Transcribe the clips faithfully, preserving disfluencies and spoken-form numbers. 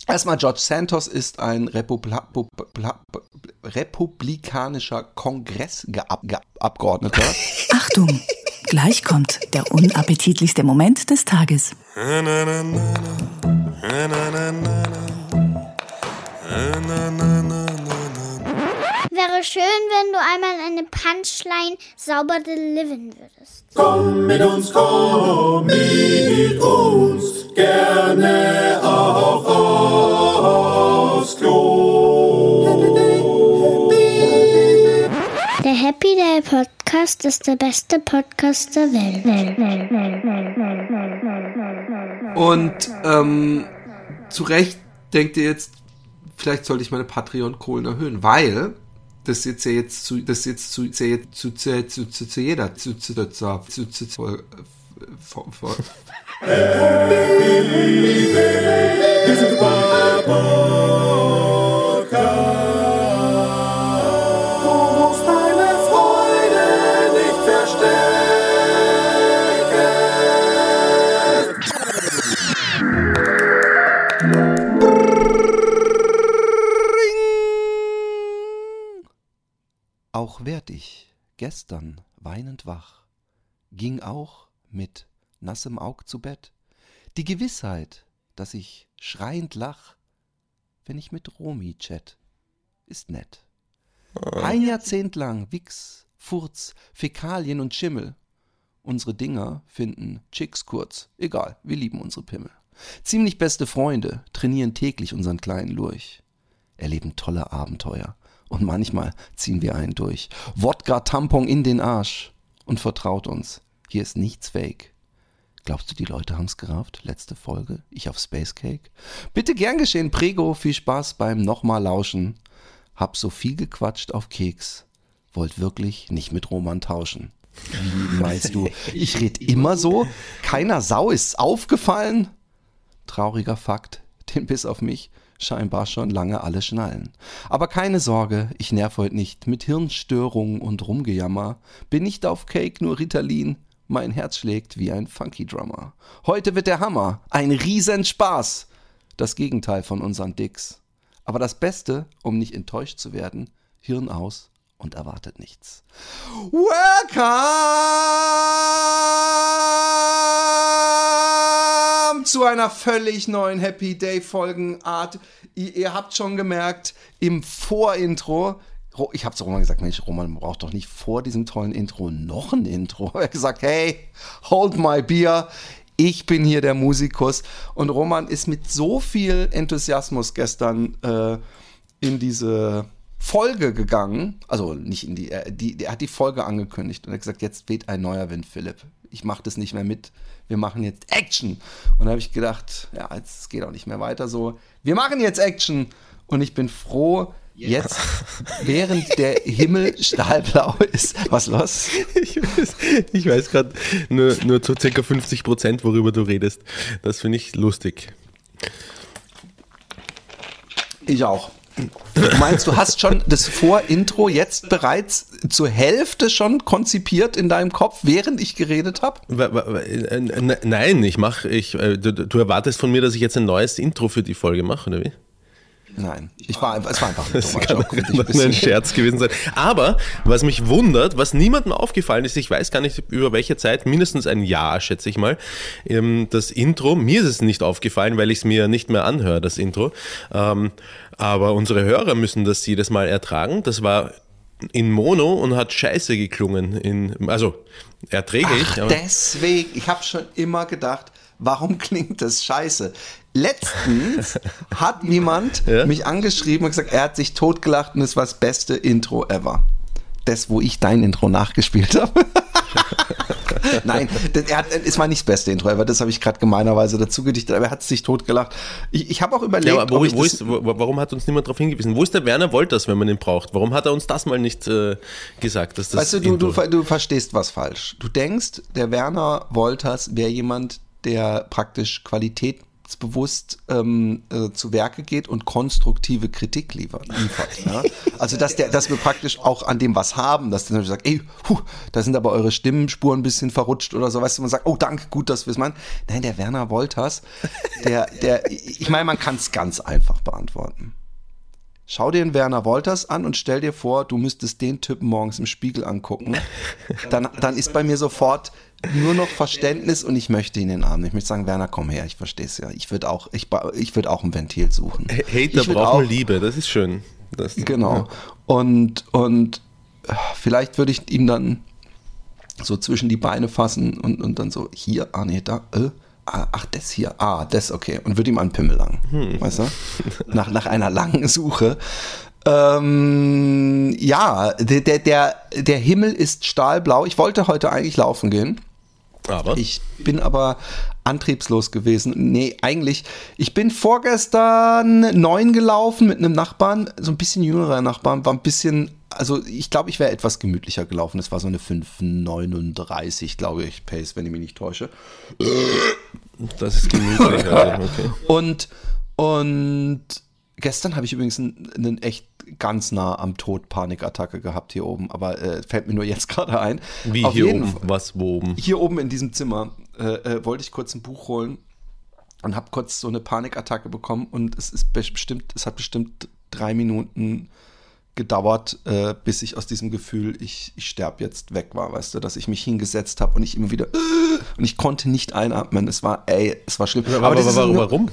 Erstmal, George Santos ist ein Republi- republikanischer Kongressabgeordneter. Achtung, gleich kommt der unappetitlichste Moment des Tages. Wäre schön, wenn du einmal eine Punchline sauber delivern würdest. Komm mit uns, komm mit uns, gerne auch aufs Klo. Der Happy Day Podcast ist der beste Podcast der Welt. Und ähm, zu Recht denkt ihr jetzt, vielleicht sollte ich meine Patreon-Kohlen erhöhen, weil das jetzt ja jetzt zu, das jetzt zu, zu, zu, zu, zu, zu, zu jeder, zu, zu, zu, zu, zu, zu, zu, vor, vor. Auch werd ich gestern weinend wach, ging auch mit nassem Aug zu Bett. Die Gewissheit, dass ich schreiend lach, wenn ich mit Romy chat, ist nett. Ein Jahrzehnt lang Wichs, Furz, Fäkalien und Schimmel. Unsere Dinger finden Chicks kurz, egal, wir lieben unsere Pimmel. Ziemlich beste Freunde trainieren täglich unseren kleinen Lurch, erleben tolle Abenteuer. Und manchmal ziehen wir einen durch. Wodka-Tampon in den Arsch. Und vertraut uns, hier ist nichts fake. Glaubst du, die Leute haben's gerafft? Letzte Folge, ich auf Space Cake? Bitte gern geschehen, Prego, viel Spaß beim nochmal lauschen. Hab so viel gequatscht auf Keks. Wollt wirklich nicht mit Roman tauschen. Wie meinst du, ich red immer so? Keiner Sau ist's aufgefallen? Trauriger Fakt, den bis auf mich scheinbar schon lange alle schnallen. Aber keine Sorge, ich nerv heute nicht mit Hirnstörungen und Rumgejammer. Bin nicht auf Cake, nur Ritalin. Mein Herz schlägt wie ein Funky-Drummer. Heute wird der Hammer, ein Riesenspaß. Das Gegenteil von unseren Dicks. Aber das Beste, um nicht enttäuscht zu werden, Hirn aus und erwartet nichts. Welcome zu einer völlig neuen Happy Day Folgenart. Ihr, ihr habt schon gemerkt, im Vorintro, ich habe zu Roman gesagt, Mensch, Roman, man braucht doch nicht vor diesem tollen Intro noch ein Intro. Er hat gesagt, hey, hold my beer. Ich bin hier der Musikus. Und Roman ist mit so viel Enthusiasmus gestern äh, in diese Folge gegangen, also nicht in die, er, die, er hat die Folge angekündigt und er hat gesagt, jetzt weht ein neuer Wind, Philipp. Ich mache das nicht mehr mit, wir machen jetzt Action. Und da habe ich gedacht, ja, jetzt geht auch nicht mehr weiter so. Wir machen jetzt Action und ich bin froh, jetzt, während der Himmel stahlblau ist. Was los? Ich weiß, ich weiß gerade nur, nur zu circa fünfzig Prozent, worüber du redest. Das finde ich lustig. Ich auch. Du meinst, du hast schon das Vorintro jetzt bereits zur Hälfte schon konzipiert in deinem Kopf, während ich geredet habe? Nein, ich mache, ich, du, du erwartest von mir, dass ich jetzt ein neues Intro für die Folge mache, oder wie? Nein, ich war, es war einfach ein das kann, kann ein, ein Scherz gewesen sein. Aber was mich wundert, was niemandem aufgefallen ist, ich weiß gar nicht über welche Zeit, mindestens ein Jahr, schätze ich mal, das Intro, mir ist es nicht aufgefallen, weil ich es mir nicht mehr anhöre, das Intro. Aber unsere Hörer müssen das jedes Mal ertragen. Das war in Mono und hat scheiße geklungen. In, also erträglich. Ach, deswegen, ich habe schon immer gedacht, warum klingt das scheiße? Letztens hat jemand ja? mich angeschrieben und gesagt, er hat sich totgelacht und es war das beste Intro ever. Das, wo ich dein Intro nachgespielt habe. Nein, das, er hat, es war nicht das beste Intro ever, das habe ich gerade gemeinerweise dazu gedichtet, aber er hat sich totgelacht. Ich, ich habe auch überlegt, ja, aber wo, ob ich wo das ist, wo, warum hat uns niemand darauf hingewiesen? Wo ist der Werner Wolters, wenn man ihn braucht? Warum hat er uns das mal nicht äh, gesagt? Dass das weißt du, du, du, du verstehst was falsch. Du denkst, der Werner Wolters wäre jemand, der praktisch Qualität absichtsbewusst ähm, äh, zu Werke geht und konstruktive Kritik liefert. liefert ja? Also, dass, der, dass wir praktisch auch an dem was haben, dass der sagt, ey, puh, da sind aber eure Stimmenspuren ein bisschen verrutscht oder so, weißt du, man sagt, oh, danke, gut, dass wir es meinen. Nein, der Werner Wolters, der, der, ich meine, man kann es ganz einfach beantworten. Schau dir den Werner Wolters an und stell dir vor, du müsstest den Typen morgens im Spiegel angucken. Dann, dann ist bei mir sofort nur noch Verständnis und ich möchte ihn in den Arm nehmen. Ich möchte sagen, Werner, komm her, ich verstehe es ja. Ich würde auch, ich, ich würd auch ein Ventil suchen. Hater brauchen Liebe, das ist schön. Das, genau. Ja. Und, und vielleicht würde ich ihn dann so zwischen die Beine fassen und, und dann so, hier, ah nee, da, äh. Ach, das hier, ah, das, okay. Und würde ihm an den Pimmel langen, hm. weißt du? Nach, nach einer langen Suche. Ähm, ja, der, der, der, der Himmel ist stahlblau. Ich wollte heute eigentlich laufen gehen. Aber? Ich bin aber antriebslos gewesen. Nee, eigentlich, ich bin vorgestern neun gelaufen mit einem Nachbarn, so ein bisschen jüngerer Nachbarn, war ein bisschen, also ich glaube, ich wäre etwas gemütlicher gelaufen. Es war so eine fünf neununddreißig, glaube ich, Pace, wenn ich mich nicht täusche. Das ist gemütlich, ja. Okay. Und, und gestern habe ich übrigens einen, einen echt ganz nah am Tod Panikattacke gehabt hier oben, aber äh, fällt mir nur jetzt gerade ein. Wie Auf hier jeden oben? Fall, Was, wo oben? Hier oben in diesem Zimmer äh, äh, wollte ich kurz ein Buch holen und habe kurz so eine Panikattacke bekommen und es ist bestimmt, es hat bestimmt drei Minuten gedauert, äh, bis ich aus diesem Gefühl, ich, ich sterbe jetzt weg war, weißt du, dass ich mich hingesetzt habe und ich immer wieder äh, und ich konnte nicht einatmen. Es war, ey, es war schlimm. Aber, aber, aber warum? warum?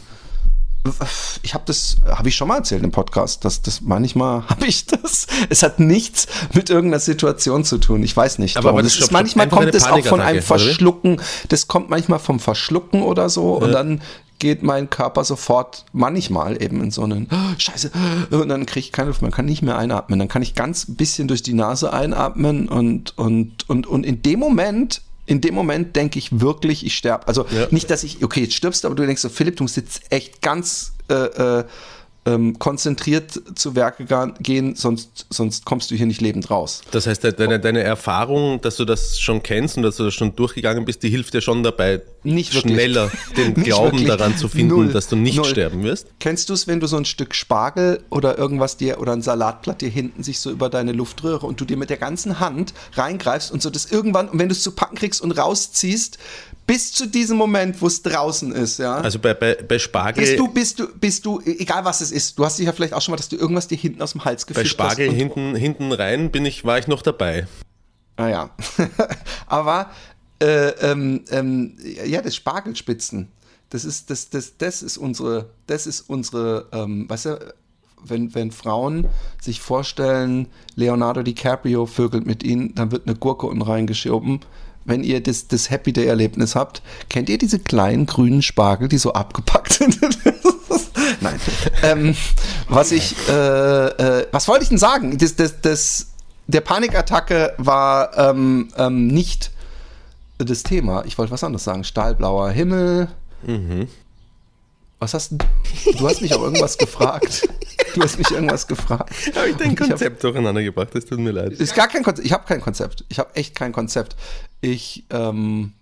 Ich habe das, habe ich schon mal erzählt im Podcast, dass das manchmal habe ich das. Es hat nichts mit irgendeiner Situation zu tun. Ich weiß nicht. Aber, aber das das ist manchmal kommt es auch von einem Verschlucken. Das kommt manchmal vom Verschlucken oder so ja. Und dann geht mein Körper sofort manchmal eben in so einen oh, Scheiße und dann kriege ich keine Luft, man kann nicht mehr einatmen. Dann kann ich ganz bisschen durch die Nase einatmen und und und und in dem Moment In dem Moment denke ich wirklich, ich sterbe. Also ja. Nicht, dass ich, okay, jetzt stirbst, aber du denkst so, Philipp, du musst jetzt echt ganz äh, äh, ähm, konzentriert zu Werke gehen, sonst, sonst kommst du hier nicht lebend raus. Das heißt, deine, deine Erfahrung, dass du das schon kennst und dass du das schon durchgegangen bist, die hilft dir schon dabei, nicht schneller den nicht Glauben wirklich. daran zu finden, Null. dass du nicht Null. sterben wirst? Kennst du es, wenn du so ein Stück Spargel oder irgendwas dir oder ein Salatblatt dir hinten sich so über deine Luftröhre und du dir mit der ganzen Hand reingreifst und so das irgendwann, und wenn du es zu packen kriegst und rausziehst, bis zu diesem Moment, wo es draußen ist, ja. Also bei, bei, bei Spargel. Bist du, bist du, bist du, egal was es ist, du hast dich ja vielleicht auch schon mal, dass du irgendwas dir hinten aus dem Hals geführt hast. Bei Spargel hast hinten, hinten rein bin ich, war ich noch dabei. Ah ja. Aber äh, ähm, ähm, ja, das Spargelspitzen, das ist, das, das, das ist unsere, das ist unsere, ähm, weißt du, wenn, wenn Frauen sich vorstellen, Leonardo DiCaprio vögelt mit ihnen, dann wird eine Gurke unten reingeschoben. Wenn ihr das, das Happy Day Erlebnis habt, kennt ihr diese kleinen grünen Spargel, die so abgepackt sind? Nein. ähm, was ich, äh, äh, was wollte ich denn sagen? Das, das, das, der Panikattacke war ähm, ähm, nicht das Thema. Ich wollte was anderes sagen. Stahlblauer Himmel. Mhm. Was hast du? Du hast mich auch irgendwas gefragt. Du hast mich irgendwas gefragt. Habe ich dein Konzept hab, durcheinander gebracht? Das tut mir leid. Ist gar kein Konzept. Ich habe kein Konzept. Ich habe echt kein Konzept. Ich, ähm,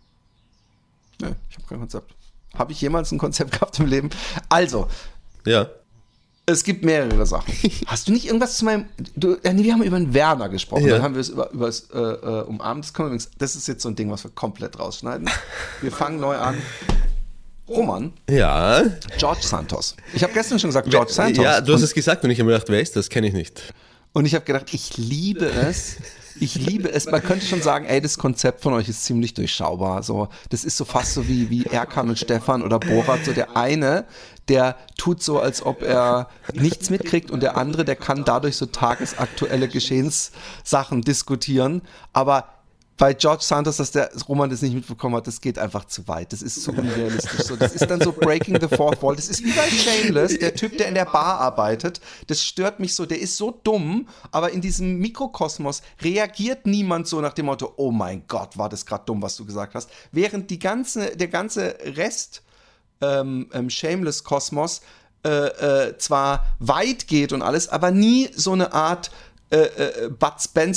ne, ich habe kein Konzept. Habe ich jemals ein Konzept gehabt im Leben? Also. Ja. Es gibt mehrere Sachen. Hast du nicht irgendwas zu meinem, du, ja, nee, wir haben über den Werner gesprochen. Ja. Dann haben wir es über, über das äh, äh, Umarmen. Das, können wir, das ist jetzt so ein Ding, was wir komplett rausschneiden. Wir fangen neu an. Roman. Ja. George Santos. Ich habe gestern schon gesagt, George Santos. Ja, du hast es gesagt und ich habe mir gedacht, wer ist das? Kenne ich nicht. Und ich habe gedacht, ich liebe es. Ich liebe es. Man könnte schon sagen, ey, das Konzept von euch ist ziemlich durchschaubar. So, das ist so fast so wie, wie Erkan und Stefan oder Borat. So der eine, der tut so, als ob er nichts mitkriegt und der andere, der kann dadurch so tagesaktuelle Geschehenssachen diskutieren. Aber bei George Santos, dass der Roman das nicht mitbekommen hat, das geht einfach zu weit. Das ist zu unrealistisch. So, das ist dann so Breaking the Fourth Wall. Das ist wie bei Shameless, der Typ, der in der Bar arbeitet. Das stört mich so. Der ist so dumm, aber in diesem Mikrokosmos reagiert niemand so nach dem Motto, oh mein Gott, war das gerade dumm, was du gesagt hast. Während die ganze, der ganze Rest ähm, ähm, Shameless-Kosmos äh, äh, zwar weit geht und alles, aber nie so eine Art äh, äh, Bud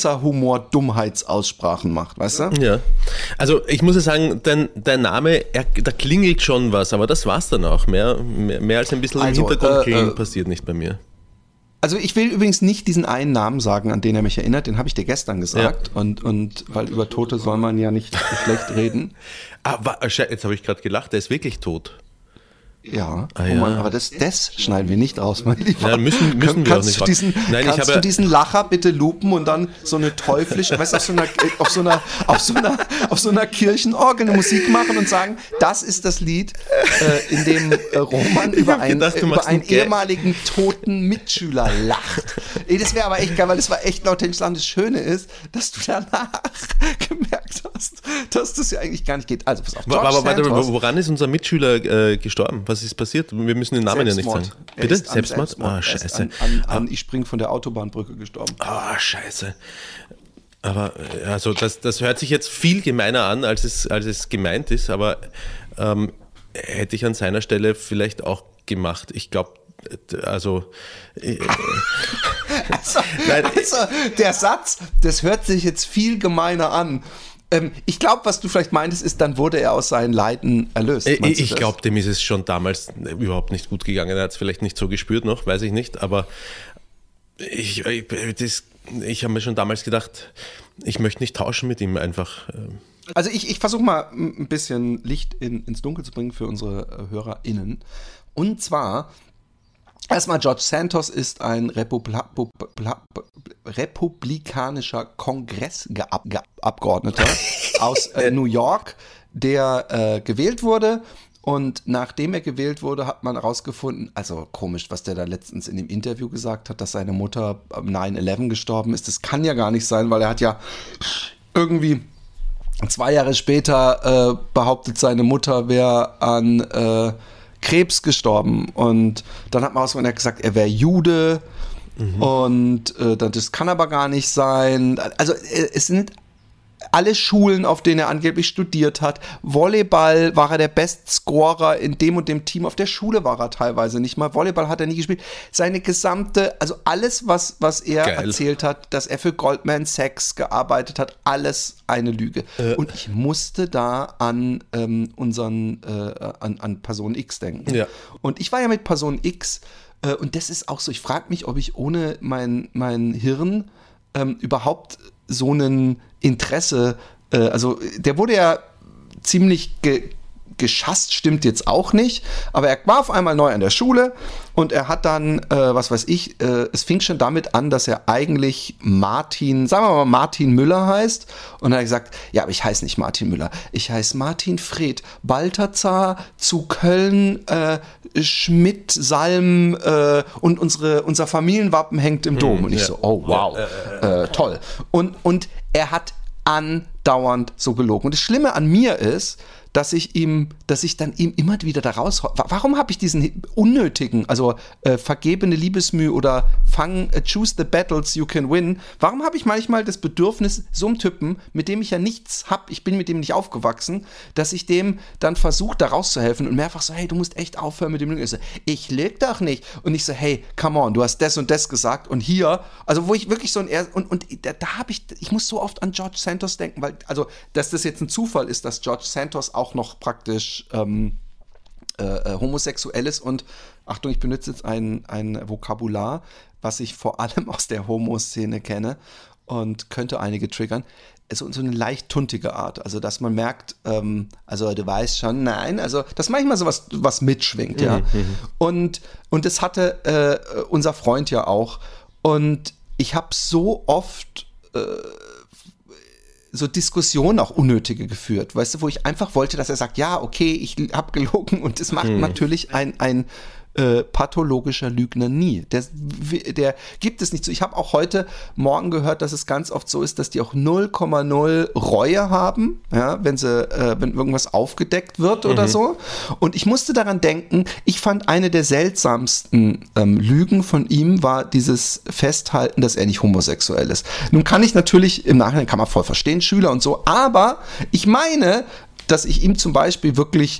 Spencer-Humor-Dummheitsaussprachen macht, weißt du? Ja, also ich muss ja sagen, dein, dein Name, er, da klingelt schon was, aber das war's dann auch. Mehr, mehr, mehr als ein bisschen Also, im Hintergrund äh, klingeln äh, passiert nicht bei mir. Also ich will übrigens nicht diesen einen Namen sagen, an den er mich erinnert, den habe ich dir gestern gesagt. Ja. Und, und weil über Tote soll man ja nicht schlecht reden. Ah, wa- jetzt habe ich gerade gelacht, der ist wirklich tot. Ja, Ah, oh ja. Mann, aber das, das schneiden wir nicht raus, mein Lieber. Ja, müssen- müssen wir kannst auch nicht du diesen, Nein, ich kannst habe- du diesen Lacher bitte loopen und dann so eine teuflische, weißt du, auf so einer, auf so einer, auf so einer, auf so einer Kirchenorgel eine Musik machen und sagen, das ist das Lied, äh, in dem äh, Roman über, hab ein, gedacht, du über machst einen einen Gag. ehemaligen toten Mitschüler lacht. Ey, das wäre aber echt geil, weil das war echt ein authentisches Land. Das Schöne ist, dass du danach gemerkt hast, dass das ja eigentlich gar nicht geht. Also pass auf, Aber, George aber warte, Santos, woran ist unser Mitschüler äh, gestorben? Was ist passiert? Wir müssen den Namen ja nicht Selbstmord. sagen. Er Bitte? ist an Selbstmord? Selbstmord. Ah, Er ist scheiße. An, an, an Ich spring von der Autobahnbrücke gestorben. Ah, scheiße. Aber äh, also das, das hört sich jetzt viel gemeiner an, als es, als es gemeint ist, aber ähm, hätte ich an seiner Stelle vielleicht auch gemacht. Ich glaube, also, äh, Also, Nein. also der Satz, das hört sich jetzt viel gemeiner an. Ähm, ich glaube, was du vielleicht meintest, ist, dann wurde er aus seinen Leiden erlöst. ich, Meinst du ich das? glaube, dem ist es schon damals überhaupt nicht gut gegangen. Er hat es vielleicht nicht so gespürt noch, weiß ich nicht, aber ich, ich, das, ich habe mir schon damals gedacht, ich möchte nicht tauschen mit ihm einfach. Also ich, ich versuche mal ein bisschen Licht in, ins Dunkel zu bringen für unsere äh, HörerInnen. Und zwar, erstmal, George Santos ist ein Republi- Pupla- republikanischer Kongressabgeordneter aus äh, New York, der äh, gewählt wurde. Und nachdem er gewählt wurde, hat man herausgefunden, also komisch, was der da letztens in dem Interview gesagt hat, dass seine Mutter am nine eleven gestorben ist. Das kann ja gar nicht sein, weil er hat ja irgendwie zwei Jahre später äh, behauptet, seine Mutter wäre an äh, Krebs gestorben. Und dann hat man herausgefunden, er hat gesagt, er wäre Jude. Mhm. Und äh, das kann aber gar nicht sein. Also äh, es sind alle Schulen, auf denen er angeblich studiert hat. Volleyball war er der Bestscorer in dem und dem Team. Auf der Schule war er teilweise nicht mal. Volleyball hat er nie gespielt. Seine gesamte, also alles, was, was er Geil. erzählt hat, dass er für Goldman Sachs gearbeitet hat, alles eine Lüge. Äh. Und ich musste da an ähm, unseren, äh, an, an Person X denken. Ja. Und ich war ja mit Person X äh, und das ist auch so, ich frage mich, ob ich ohne mein, mein Hirn ähm, überhaupt so ein Interesse, äh, also der wurde ja ziemlich ge- geschasst, stimmt jetzt auch nicht, aber er war auf einmal neu an der Schule und er hat dann, äh, was weiß ich, äh, es fing schon damit an, dass er eigentlich Martin, sagen wir mal Martin Müller heißt und dann hat er gesagt, ja, aber ich heiße nicht Martin Müller, ich heiße Martin Fred Balthazar zu Köln, äh, Schmidt, Salm äh, und unsere, unser Familienwappen hängt im Dom. Hm, und ich ja. so, oh wow, äh, toll. Und, und er hat andauernd so gelogen. Und das Schlimme an mir ist, dass ich ihm, dass ich dann ihm immer wieder da raus. Warum habe ich diesen unnötigen, also äh, vergebene Liebesmüh oder fang, uh, choose the battles you can win? Warum habe ich manchmal das Bedürfnis, so einem Typen, mit dem ich ja nichts habe, ich bin mit dem nicht aufgewachsen, dass ich dem dann versuche, da rauszuhelfen und mehrfach so, hey, du musst echt aufhören mit dem Lügen. Ich so, ich lüge doch nicht. Und ich so, hey, come on, du hast das und das gesagt und hier, also wo ich wirklich so ein, und, und da, da habe ich, ich muss so oft an George Santos denken, weil, also, dass das jetzt ein Zufall ist, dass George Santos auch noch praktisch ähm, äh, homosexuell ist und, Achtung, ich benutze jetzt ein, ein Vokabular, was ich vor allem aus der Homo-Szene kenne und könnte einige triggern, so, so eine leicht tuntige Art, also dass man merkt, ähm, also du weißt schon, nein, also dass manchmal sowas was mitschwingt, ja, mhm. und, und das hatte äh, unser Freund ja auch und ich habe so oft äh, so Diskussionen auch unnötige geführt, weißt du, wo ich einfach wollte, dass er sagt, ja, okay, ich habe gelogen und das macht hm. natürlich ein, ein äh, pathologischer Lügner nie. Der, der gibt es nicht so. Ich habe auch heute Morgen gehört, dass es ganz oft so ist, dass die auch null Komma null Reue haben, ja, wenn sie, äh, wenn irgendwas aufgedeckt wird oder mhm. so. Und ich musste daran denken, ich fand eine der seltsamsten ähm, Lügen von ihm war dieses Festhalten, dass er nicht homosexuell ist. Nun kann ich natürlich, im Nachhinein kann man voll verstehen, Schüler und so, aber ich meine, dass ich ihm zum Beispiel wirklich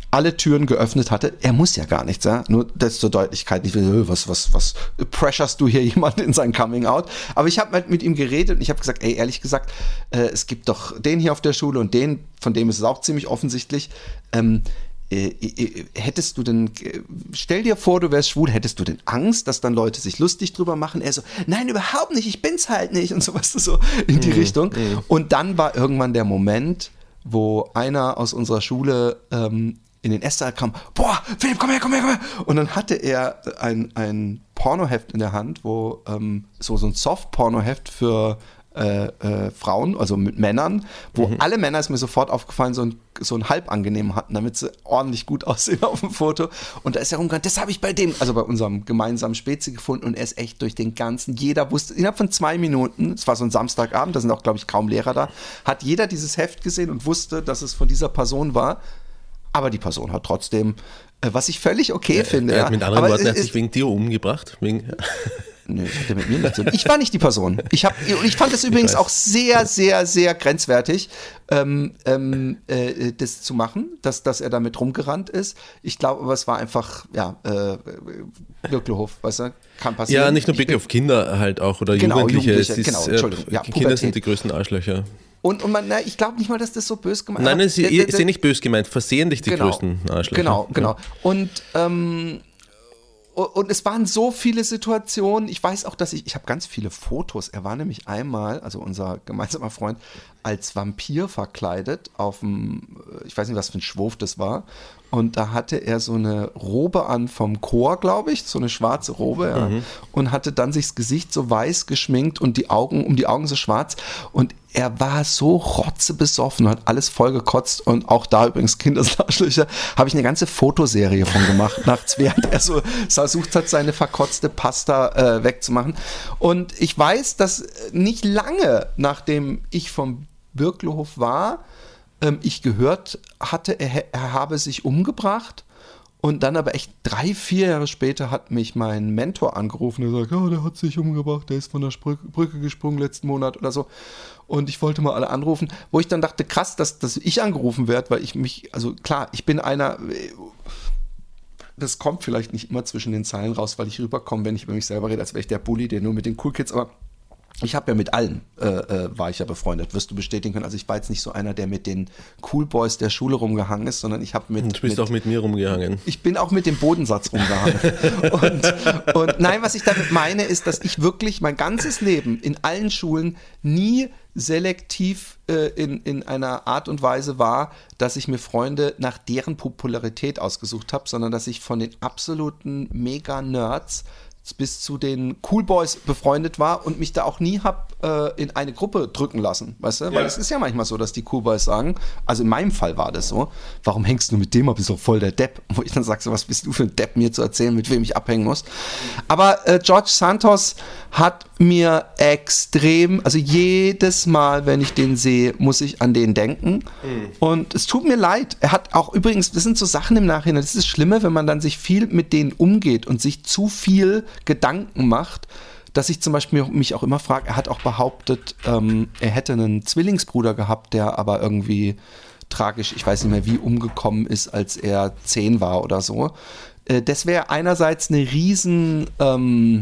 alle Türen geöffnet hatte. Er muss ja gar nichts, ja? Nur das zur Deutlichkeit. Ich will, was, was, was pressurst du hier jemanden in sein Coming Out? Aber ich habe mit, mit ihm geredet und ich habe gesagt, ey, ehrlich gesagt, äh, es gibt doch den hier auf der Schule und den, von dem ist es auch ziemlich offensichtlich. Ähm, äh, äh, hättest du denn, äh, stell dir vor, du wärst schwul, hättest du denn Angst, dass dann Leute sich lustig drüber machen? Er so, nein, überhaupt nicht, ich bin's halt nicht und so, weißt du, so in die mhm. Richtung. Mhm. Und dann war irgendwann der Moment, wo einer aus unserer Schule ähm, in den Esssaal kam, boah, Philipp, komm her, komm her, komm her. Und dann hatte er ein, ein Pornoheft in der Hand, wo ähm, so, so ein Soft-Pornoheft für äh, äh, Frauen, also mit Männern, wo mhm. alle Männer, ist mir sofort aufgefallen, so ein, so ein halbangenehm hatten, damit sie ordentlich gut aussehen auf dem Foto. Und da ist er rumgegangen, das habe ich bei dem, also bei unserem gemeinsamen Spezi gefunden und er ist echt durch den ganzen, jeder wusste, innerhalb von zwei Minuten, es war so ein Samstagabend, da sind auch, glaube ich, kaum Lehrer da, hat jeder dieses Heft gesehen und wusste, dass es von dieser Person war. Aber die Person hat trotzdem, äh, was ich völlig okay er, finde. Er hat mit anderen aber Worten, es, er hat sich wegen dir umgebracht. Wegen Nö, das hat er mit mir nicht zu tun. Ich war nicht die Person. Ich, hab, ich fand es übrigens auch sehr, sehr, sehr grenzwertig, ähm, ähm, äh, das zu machen, dass, dass er damit rumgerannt ist. Ich glaube, aber es war einfach, ja, äh, Birkelhof, weißt du, kann passieren. Ja, nicht nur Blick auf Kinder halt auch oder genau, Jugendliche. Jugendliche es ist, genau, Entschuldigung. Ja, Kinder Pubertät. sind die größten Arschlöcher. Und, und man, na, ich glaube nicht mal, dass das so böse gemeint ist. Nein, es ist ja nicht böse gemeint, versehentlich die genau, größten Arschlöcher. Genau, genau. Und, ähm, und es waren so viele Situationen. Ich weiß auch, dass ich, ich habe ganz viele Fotos. Er war nämlich einmal, also unser gemeinsamer Freund, als Vampir verkleidet auf dem, ich weiß nicht, was für ein Schwurf das war. Und da hatte er so eine Robe an vom Chor, glaube ich, so eine schwarze Robe, ja, mhm. und hatte dann sich das Gesicht so weiß geschminkt und die Augen, um die Augen so schwarz. Und er war so rotzebesoffen, hat alles voll gekotzt und auch da übrigens Kinderarschlöcher, habe ich eine ganze Fotoserie von gemacht, nachts, während er so versucht hat, seine verkotzte Pasta äh, wegzumachen. Und ich weiß, dass nicht lange nachdem ich vom Birkelhof war, ähm, ich gehört hatte, er, er habe sich umgebracht. Und dann aber echt drei, vier Jahre später hat mich mein Mentor angerufen und gesagt, ja, der hat sich umgebracht, der ist von der Brücke, Brücke gesprungen letzten Monat oder so. Und ich wollte mal alle anrufen, wo ich dann dachte, krass, dass, dass ich angerufen werde, weil ich mich, also klar, ich bin einer, das kommt vielleicht nicht immer zwischen den Zeilen raus, weil ich rüberkomme, wenn ich über mich selber rede, als wäre ich der Bully, der nur mit den Cool Kids, aber ich habe ja mit allen, äh, äh, war ich ja befreundet, wirst du bestätigen können. Also ich war jetzt nicht so einer, der mit den Cool Boys der Schule rumgehangen ist, sondern ich habe mit... Du bist mit, auch mit mir rumgehangen. Ich bin auch mit dem Bodensatz rumgehangen. und, und nein, was ich damit meine, ist, dass ich wirklich mein ganzes Leben in allen Schulen nie selektiv äh, in, in einer Art und Weise war, dass ich mir Freunde nach deren Popularität ausgesucht habe, sondern dass ich von den absoluten Mega-Nerds bis zu den Cool Boys befreundet war und mich da auch nie hab äh, in eine Gruppe drücken lassen, weißt du? Weil ja. Es ist ja manchmal so, dass die Cool Boys sagen, also in meinem Fall war das so, warum hängst du mit dem ab, bist doch voll der Depp. Wo ich dann sage, so, was bist du für ein Depp, mir zu erzählen, mit wem ich abhängen muss. Aber äh, George Santos hat mir extrem, also jedes Mal, wenn ich den sehe, muss ich an den denken. Mhm. Und es tut mir leid. Er hat auch übrigens, das sind so Sachen im Nachhinein, das ist das Schlimme, wenn man dann sich viel mit denen umgeht und sich zu viel Gedanken macht, dass ich zum Beispiel mich auch immer frage, er hat auch behauptet, ähm, er hätte einen Zwillingsbruder gehabt, der aber irgendwie tragisch, ich weiß nicht mehr wie, umgekommen ist, als er zehn war oder so. Äh, das wäre einerseits eine riesen ähm,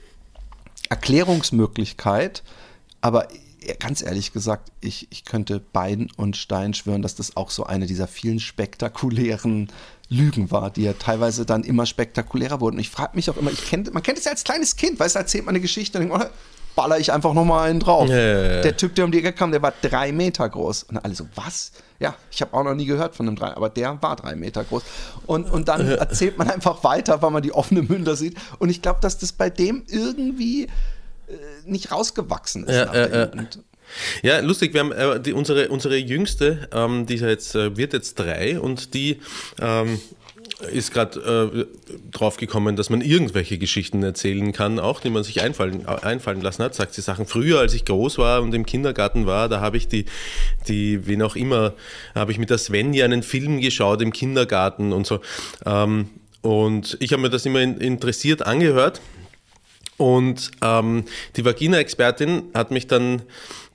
Erklärungsmöglichkeit, aber ganz ehrlich gesagt, ich, ich könnte Bein und Stein schwören, dass das auch so eine dieser vielen spektakulären Lügen war, die ja teilweise dann immer spektakulärer wurden. Und ich frage mich auch immer, ich kenn, man kennt es ja als kleines Kind, weißt du, erzählt man eine Geschichte und denkt, oh, baller ich einfach nochmal einen drauf. Ja, ja, ja. Der Typ, der um die Ecke kam, der war drei Meter groß. Und alle so, was? Ja, ich habe auch noch nie gehört von einem drei, aber der war drei Meter groß. Und, und dann erzählt man einfach weiter, weil man die offene Münder sieht. Und ich glaube, dass das bei dem irgendwie äh, nicht rausgewachsen ist. Ja, nach der äh, Jugend. Ja, lustig, wir haben äh, die, unsere, unsere Jüngste, ähm, die ist jetzt, äh, wird jetzt drei und die ähm, ist gerade äh, drauf gekommen, dass man irgendwelche Geschichten erzählen kann, auch die man sich einfallen, einfallen lassen hat. Sagt sie Sachen, früher, als ich groß war und im Kindergarten war, da habe ich die, die, wen auch immer, habe ich mit der Svenja einen Film geschaut im Kindergarten und so. Ähm, und ich habe mir das immer in, interessiert angehört. Und ähm, die Vagina-Expertin hat mich dann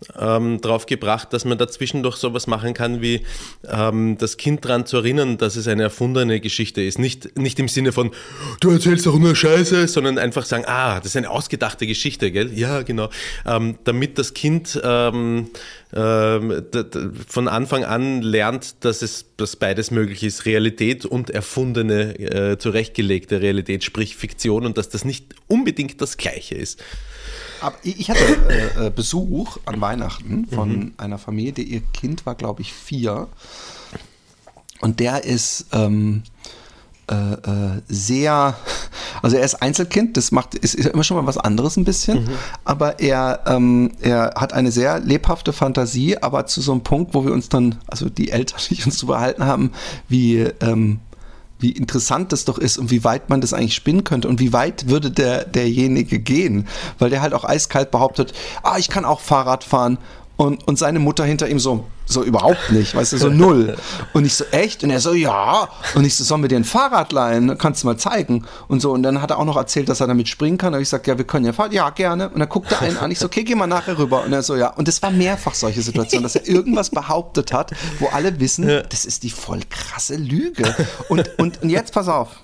ähm, drauf gebracht, dass man dazwischen doch sowas machen kann, wie ähm, das Kind daran zu erinnern, dass es eine erfundene Geschichte ist. Nicht, nicht im Sinne von, du erzählst doch nur Scheiße, sondern einfach sagen, ah, das ist eine ausgedachte Geschichte, gell? Ja, genau. Ähm, damit das Kind ähm, ähm, d- d- von Anfang an lernt, dass es dass beides möglich ist, Realität und erfundene, äh, zurechtgelegte Realität, sprich Fiktion, und dass das nicht unbedingt das Gleiche ist. Aber ich hatte äh, Besuch an Weihnachten von mhm. einer Familie, die, ihr Kind war, glaube ich, vier. Und der ist ähm, äh, äh, sehr, also er ist Einzelkind, das macht, ist, ist immer schon mal was anderes ein bisschen, mhm. aber er, ähm, er hat eine sehr lebhafte Fantasie, aber zu so einem Punkt, wo wir uns dann, also die Eltern, die uns zu behalten haben, wie ähm, wie interessant das doch ist und wie weit man das eigentlich spinnen könnte und wie weit würde der, derjenige gehen, weil der halt auch eiskalt behauptet, ah, ich kann auch Fahrrad fahren und, und seine Mutter hinter ihm so, so überhaupt nicht, weißt du, so null. Und ich so, echt? Und er so, ja. Und ich so, sollen wir dir ein Fahrrad leihen? Kannst du mal zeigen? Und so, und dann hat er auch noch erzählt, dass er damit springen kann. Und ich sag, ja, wir können ja fahren. Ja, gerne. Und dann guckt er einen an. Ich so, okay, geh mal nachher rüber. Und er so, ja. Und das war mehrfach solche Situationen, dass er irgendwas behauptet hat, wo alle wissen, ja. das ist die voll krasse Lüge. Und, und, und jetzt pass auf.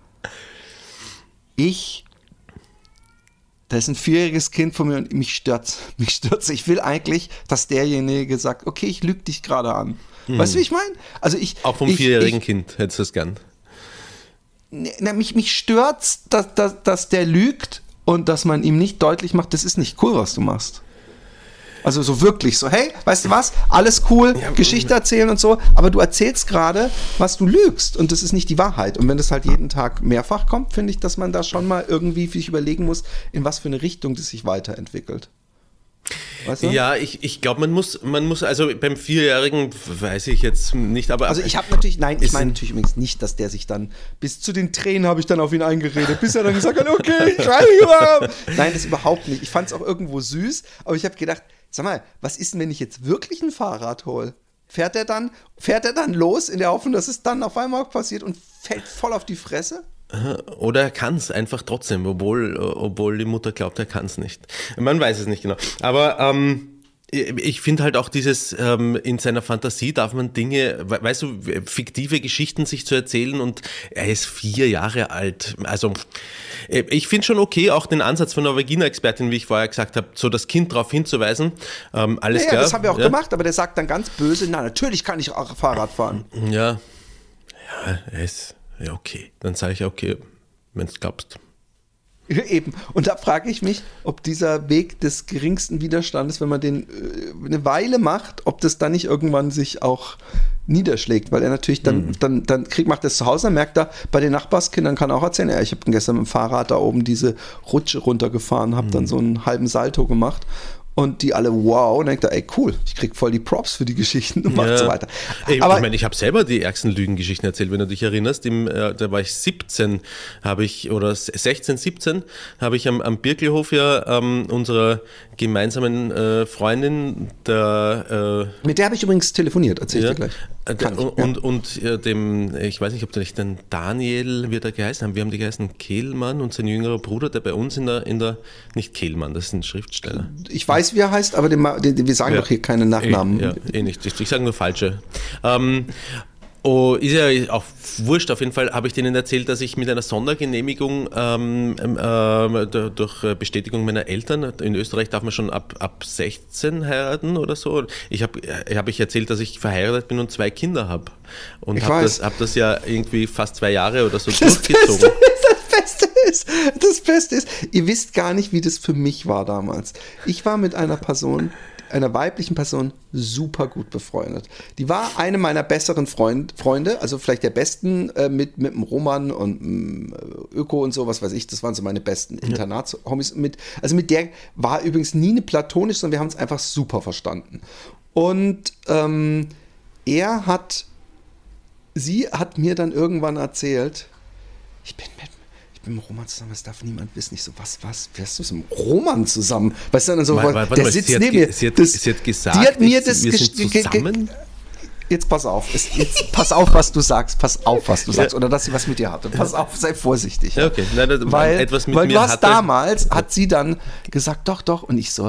Ich Da ist ein vierjähriges Kind von mir und mich stört's. Mich stört's. Ich will eigentlich, dass derjenige sagt, okay, ich lüge dich gerade an. Hm. Weißt du, wie ich meine? Also ich, auch vom ich, vierjährigen ich, Kind hättest du das gern. Na, mich, mich stört's, dass, dass, dass der lügt und dass man ihm nicht deutlich macht, das ist nicht cool, was du machst. Also so wirklich so, hey, weißt du was, alles cool, ja, Geschichte erzählen und so, aber du erzählst gerade, was du lügst und das ist nicht die Wahrheit. Und wenn das halt jeden Tag mehrfach kommt, finde ich, dass man da schon mal irgendwie sich überlegen muss, in was für eine Richtung das sich weiterentwickelt. Weißt du? Ja, ich, ich glaube, man muss, man muss, also beim Vierjährigen weiß ich jetzt nicht, aber... Also ich habe natürlich, nein, ich meine natürlich übrigens nicht, dass der sich dann, bis zu den Tränen habe ich dann auf ihn eingeredet, bis er dann gesagt hat, okay, ich schreibe überhaupt. Nein, das überhaupt nicht. Ich fand es auch irgendwo süß, aber ich habe gedacht, sag mal, was ist denn, wenn ich jetzt wirklich ein Fahrrad hole? Fährt er dann, fährt er dann los in der Hoffnung, dass es dann auf einmal passiert und fällt voll auf die Fresse? Oder er kann es einfach trotzdem, obwohl, obwohl die Mutter glaubt, er kann es nicht. Man weiß es nicht genau. Aber ähm, ich finde halt auch dieses, ähm, in seiner Fantasie darf man Dinge, weißt du, fiktive Geschichten sich zu erzählen und er ist vier Jahre alt. Also ich finde schon okay, auch den Ansatz von der Vagina-Expertin, wie ich vorher gesagt habe, so das Kind darauf hinzuweisen. Ähm, alles ja, klar. Ja, das haben wir auch ja. gemacht, aber der sagt dann ganz böse, na natürlich kann ich auch Fahrrad fahren. Ja, ja, er ist... Ja, okay. Dann sage ich, okay, wenn du glaubst. Eben. Und da frage ich mich, ob dieser Weg des geringsten Widerstandes, wenn man den äh, eine Weile macht, ob das dann nicht irgendwann sich auch niederschlägt, weil er natürlich dann, mhm. dann, dann kriegt, macht das zu Hause, dann merkt er, bei den Nachbarskindern kann er auch erzählen, ja, ich habe gestern mit dem Fahrrad da oben diese Rutsche runtergefahren, habe mhm. dann so einen halben Salto gemacht. Und die alle, wow, und dann denkt er, ey, cool, ich krieg voll die Props für die Geschichten und macht ja. so weiter. Ey, aber ich meine, ich habe selber die ärgsten Lügengeschichten erzählt, wenn du dich erinnerst. Im, äh, da war ich siebzehn, habe ich, oder sechzehn, siebzehn, habe ich am, am Birkelhof ja ähm, unserer gemeinsamen äh, Freundin, der... Äh, Mit der habe ich übrigens telefoniert, erzähl ich ja, dir gleich. Äh, und, ja. und äh, dem, ich weiß nicht, ob der nicht den Daniel, wie der geheißen haben, wir haben die geheißen Kehlmann und sein jüngerer Bruder, der bei uns in der, in der nicht Kehlmann, das ist ein Schriftsteller. Ich weiß, wie er heißt, aber den, den, wir sagen ja, doch hier keine Nachnamen. Eh, ja, eh nicht. Ich, ich sage nur falsche. Ähm, oh, ist ja auch wurscht. Auf jeden Fall habe ich denen erzählt, dass ich mit einer Sondergenehmigung ähm, äh, durch Bestätigung meiner Eltern, in Österreich darf man schon ab, ab sechzehn heiraten oder so. Ich habe hab ich erzählt, dass ich verheiratet bin und zwei Kinder habe. Und habe das, hab das ja irgendwie fast zwei Jahre oder so das durchgezogen. Beste ist, das Beste ist, das Beste ist, ihr wisst gar nicht, wie das für mich war damals. Ich war mit einer Person, einer weiblichen Person, super gut befreundet. Die war eine meiner besseren Freund, Freunde, also vielleicht der besten äh, mit, mit dem Roman und äh, Öko und so, was weiß ich, das waren so meine besten Internats-Homies. Mit, also mit der war übrigens nie eine platonisch, sondern wir haben uns einfach super verstanden. Und ähm, er hat, sie hat mir dann irgendwann erzählt, ich bin mit mit dem Roman zusammen, das darf niemand wissen. Ich so, was, was, wärst du mit dem Roman zusammen? Weißt du, dann so, warte, warte, der warte, sitzt sie neben hat, mir. Sie hat, das, sie hat gesagt, die hat mir ich, das wir sind ge- zusammen? Ge- jetzt pass auf, es, jetzt pass auf, was du sagst, pass auf, was du sagst, ja. Oder dass sie was mit dir hatte. Pass auf, sei vorsichtig. Ja. Okay. Nein, das, weil etwas mit weil mir du hast hatte. damals, hat sie dann gesagt, doch, doch, und ich so,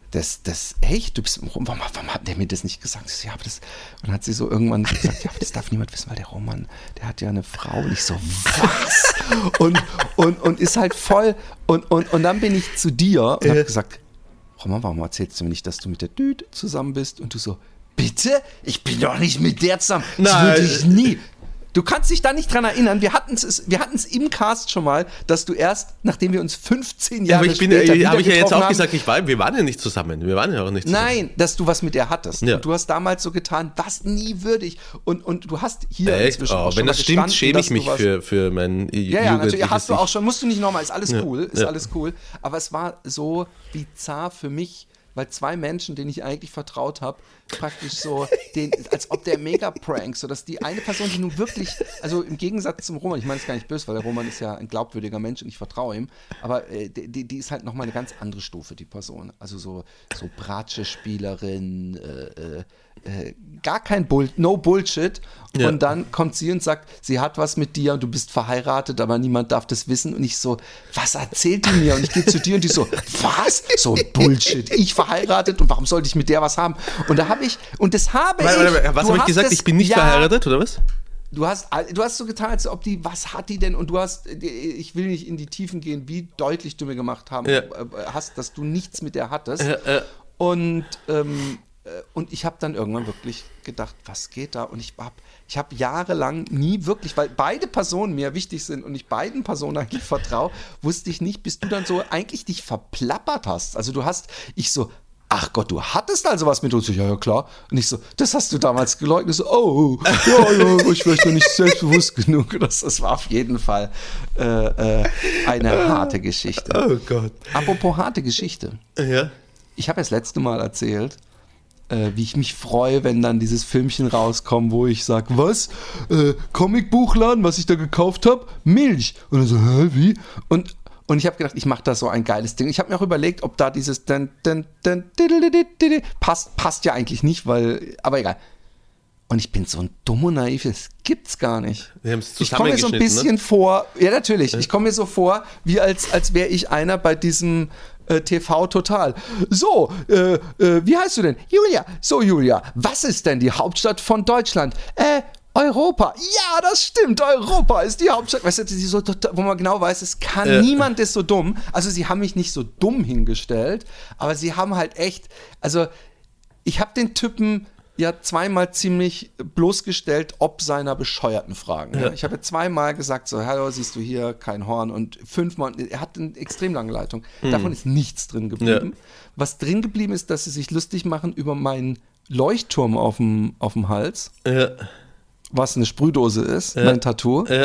das, das, echt, du bist, warum, warum hat der mir das nicht gesagt? Ich so, ja, aber das, und dann hat sie so irgendwann gesagt, ja, aber das darf niemand wissen, weil der Roman, der hat ja eine Frau. Und ich so, was? Und, und, und ist halt voll, und, und, und dann bin ich zu dir und Ja. habe gesagt, Roman, warum erzählst du mir nicht, dass du mit der Düde zusammen bist? Und du so, bitte? Ich bin doch nicht mit der zusammen. Das Nein. würde ich nie. Du kannst dich da nicht dran erinnern. Wir hatten es wir hatten's im Cast schon mal, dass du erst, nachdem wir uns fünfzehn Ja, Jahre aber ich bin, später äh, wieder habe ich ja jetzt getroffen auch haben, gesagt, ich war, wir waren ja nicht zusammen. Wir waren ja auch nicht zusammen. Nein, dass du was mit ihr hattest. Ja. Und du hast damals so getan, was nie würdig. Und, und du hast hier Echt? inzwischen Oh, auch schon wenn mal das stimmt, gestanden, schäme dass ich mich du was, für, für mein Ja, ja, natürlich. Hast du auch Ich. schon. Musst du nicht nochmal. Ist alles Ja, cool. Ist ja. alles cool. Aber es war so bizarr für mich, weil zwei Menschen, denen ich eigentlich vertraut habe, praktisch so, den, als ob der Mega-Prank, so dass die eine Person, die nun wirklich, also im Gegensatz zum Roman, ich meine es gar nicht böse, weil der Roman ist ja ein glaubwürdiger Mensch und ich vertraue ihm, aber äh, die, die ist halt nochmal eine ganz andere Stufe, die Person. Also so, so Bratsche-Spielerin, äh, äh, gar kein Bull, no Bullshit. Ja. Und dann kommt sie und sagt, sie hat was mit dir und du bist verheiratet, aber niemand darf das wissen. Und ich so, was erzählt die mir? Und ich gehe zu dir und die so, was? So ein Bullshit. Ich verheiratet und warum sollte ich mit der was haben? Und da habe ich, und das habe Warte, ich. warte, was du habe ich hast gesagt? es- Ich bin nicht ja, verheiratet, oder was? Du hast, du hast so getan, als ob die, was hat die denn? Und du hast, ich will nicht in die Tiefen gehen, wie deutlich du mir gemacht haben, Ja. äh, hast, dass du nichts mit der hattest. Ja, ja. Und, ähm, äh, und ich habe dann irgendwann wirklich gedacht, was geht da? Und ich habe ich hab jahrelang nie wirklich, weil beide Personen mir wichtig sind und ich beiden Personen eigentlich vertraue, wusste ich nicht, bis du dann so eigentlich dich verplappert hast. Also du hast, ich so, ach Gott, du hattest also was mit uns? Ja, ja, klar. Und ich so, das hast du damals geleugnet. So, oh, ja, ja, ich vielleicht noch nicht selbstbewusst genug. Das, das war auf jeden Fall äh, äh, eine harte Geschichte. Oh Gott. Apropos harte Geschichte. Ja. Ich habe ja das letzte Mal erzählt, äh, wie ich mich freue, wenn dann dieses Filmchen rauskommt, wo ich sage, was? Äh, Comicbuchladen, was ich da gekauft habe? Milch. Und er so, hä, wie? Und Und ich habe gedacht, ich mache da so ein geiles Ding. Ich habe mir auch überlegt, ob da dieses dun, dun, dun, didididididi passt, passt ja eigentlich nicht, weil, aber egal. Und ich bin so ein dumm und naiv, das gibt's gar nicht. Wir haben's Ich komme mir so ein zusammengeschnitten, bisschen ne? vor, ja natürlich, ich komme mir so vor, wie als, als wäre ich einer bei diesem äh, T V Total. So, äh, äh, wie heißt du denn? Julia. So, Julia, was ist denn die Hauptstadt von Deutschland? Äh, Europa. Ja, das stimmt. Europa ist die Hauptstadt. Weißt du, die so total, wo man genau weiß, es kann Ja. niemand ist so dumm. Also sie haben mich nicht so dumm hingestellt, aber sie haben halt echt, also ich habe den Typen ja zweimal ziemlich bloßgestellt, ob seiner bescheuerten Fragen. Ja. Ich habe ja zweimal gesagt, so, hallo, siehst du hier, kein Horn. Und fünfmal, er hat eine extrem lange Leitung. Davon ist nichts drin geblieben. Ja. Was drin geblieben ist, dass sie sich lustig machen über meinen Leuchtturm auf dem, auf dem Hals, Ja. was eine Sprühdose ist, Ja. mein Tattoo. Ja.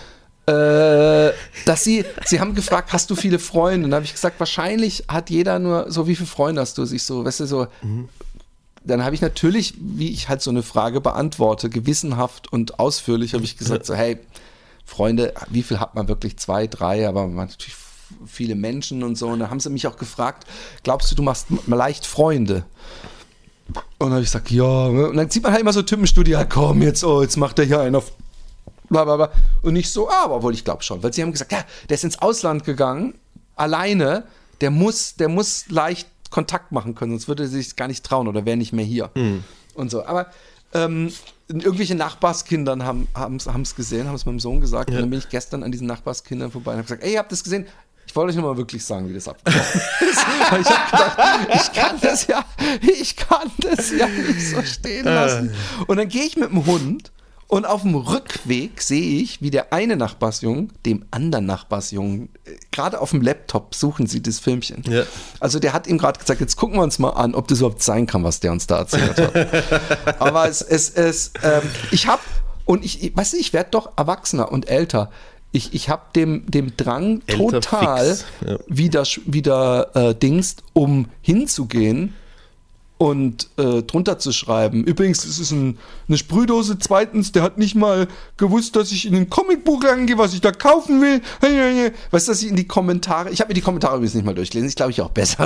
Äh, dass sie, sie haben gefragt, hast du viele Freunde? Und da habe ich gesagt, wahrscheinlich hat jeder nur so, wie viele Freunde hast du? Sich so, weißt du, so. Mhm. Dann habe ich natürlich, wie ich halt so eine Frage beantworte, gewissenhaft und ausführlich, habe ich gesagt, so, hey, Freunde, wie viel hat man wirklich? Zwei, drei, aber man hat natürlich viele Menschen und so. Und da haben sie mich auch gefragt, glaubst du, du machst leicht Freunde? Und dann habe ich gesagt, ja. Und dann sieht man halt immer so Typenstudie, ja komm, jetzt, oh, jetzt macht der hier einen auf blablabla. Und nicht so, ah, aber wohl, ich glaube schon. Weil sie haben gesagt, ja, der ist ins Ausland gegangen, alleine, der muss, der muss leicht Kontakt machen können, sonst würde er sich gar nicht trauen oder wäre nicht mehr hier. Mhm. Und so. Aber ähm, irgendwelche Nachbarskindern haben es gesehen, haben es meinem Sohn gesagt. Ja. Und dann bin ich gestern an diesen Nachbarskindern vorbei und habe gesagt, ey, ihr habt das gesehen? Ich wollte euch nochmal wirklich sagen, wie das abgelaufen ist. Weil ich habe gedacht, ich kann das ja, ich kann das ja nicht so stehen lassen. Und dann gehe ich mit dem Hund und auf dem Rückweg sehe ich, wie der eine Nachbarsjungen dem anderen Nachbarsjungen, äh, gerade auf dem Laptop suchen sie das Filmchen. Ja. Also der hat ihm gerade gesagt, jetzt gucken wir uns mal an, ob das überhaupt sein kann, was der uns da erzählt hat. Aber es, es, es ähm, ich habe, und ich, ich weißt du, ich werde doch erwachsener und älter. Ich, ich habe dem, dem Drang Älter total fix, ja. wieder, wieder äh, Dingst, um hinzugehen und äh, drunter zu schreiben. Übrigens, es ist ein, eine Sprühdose. Zweitens, der hat nicht mal gewusst, dass ich in ein Comicbuch reingehe, was ich da kaufen will. Weißt du, dass ich in die Kommentare, ich habe mir die Kommentare übrigens nicht mal durchgelesen, ich glaube, ich auch besser.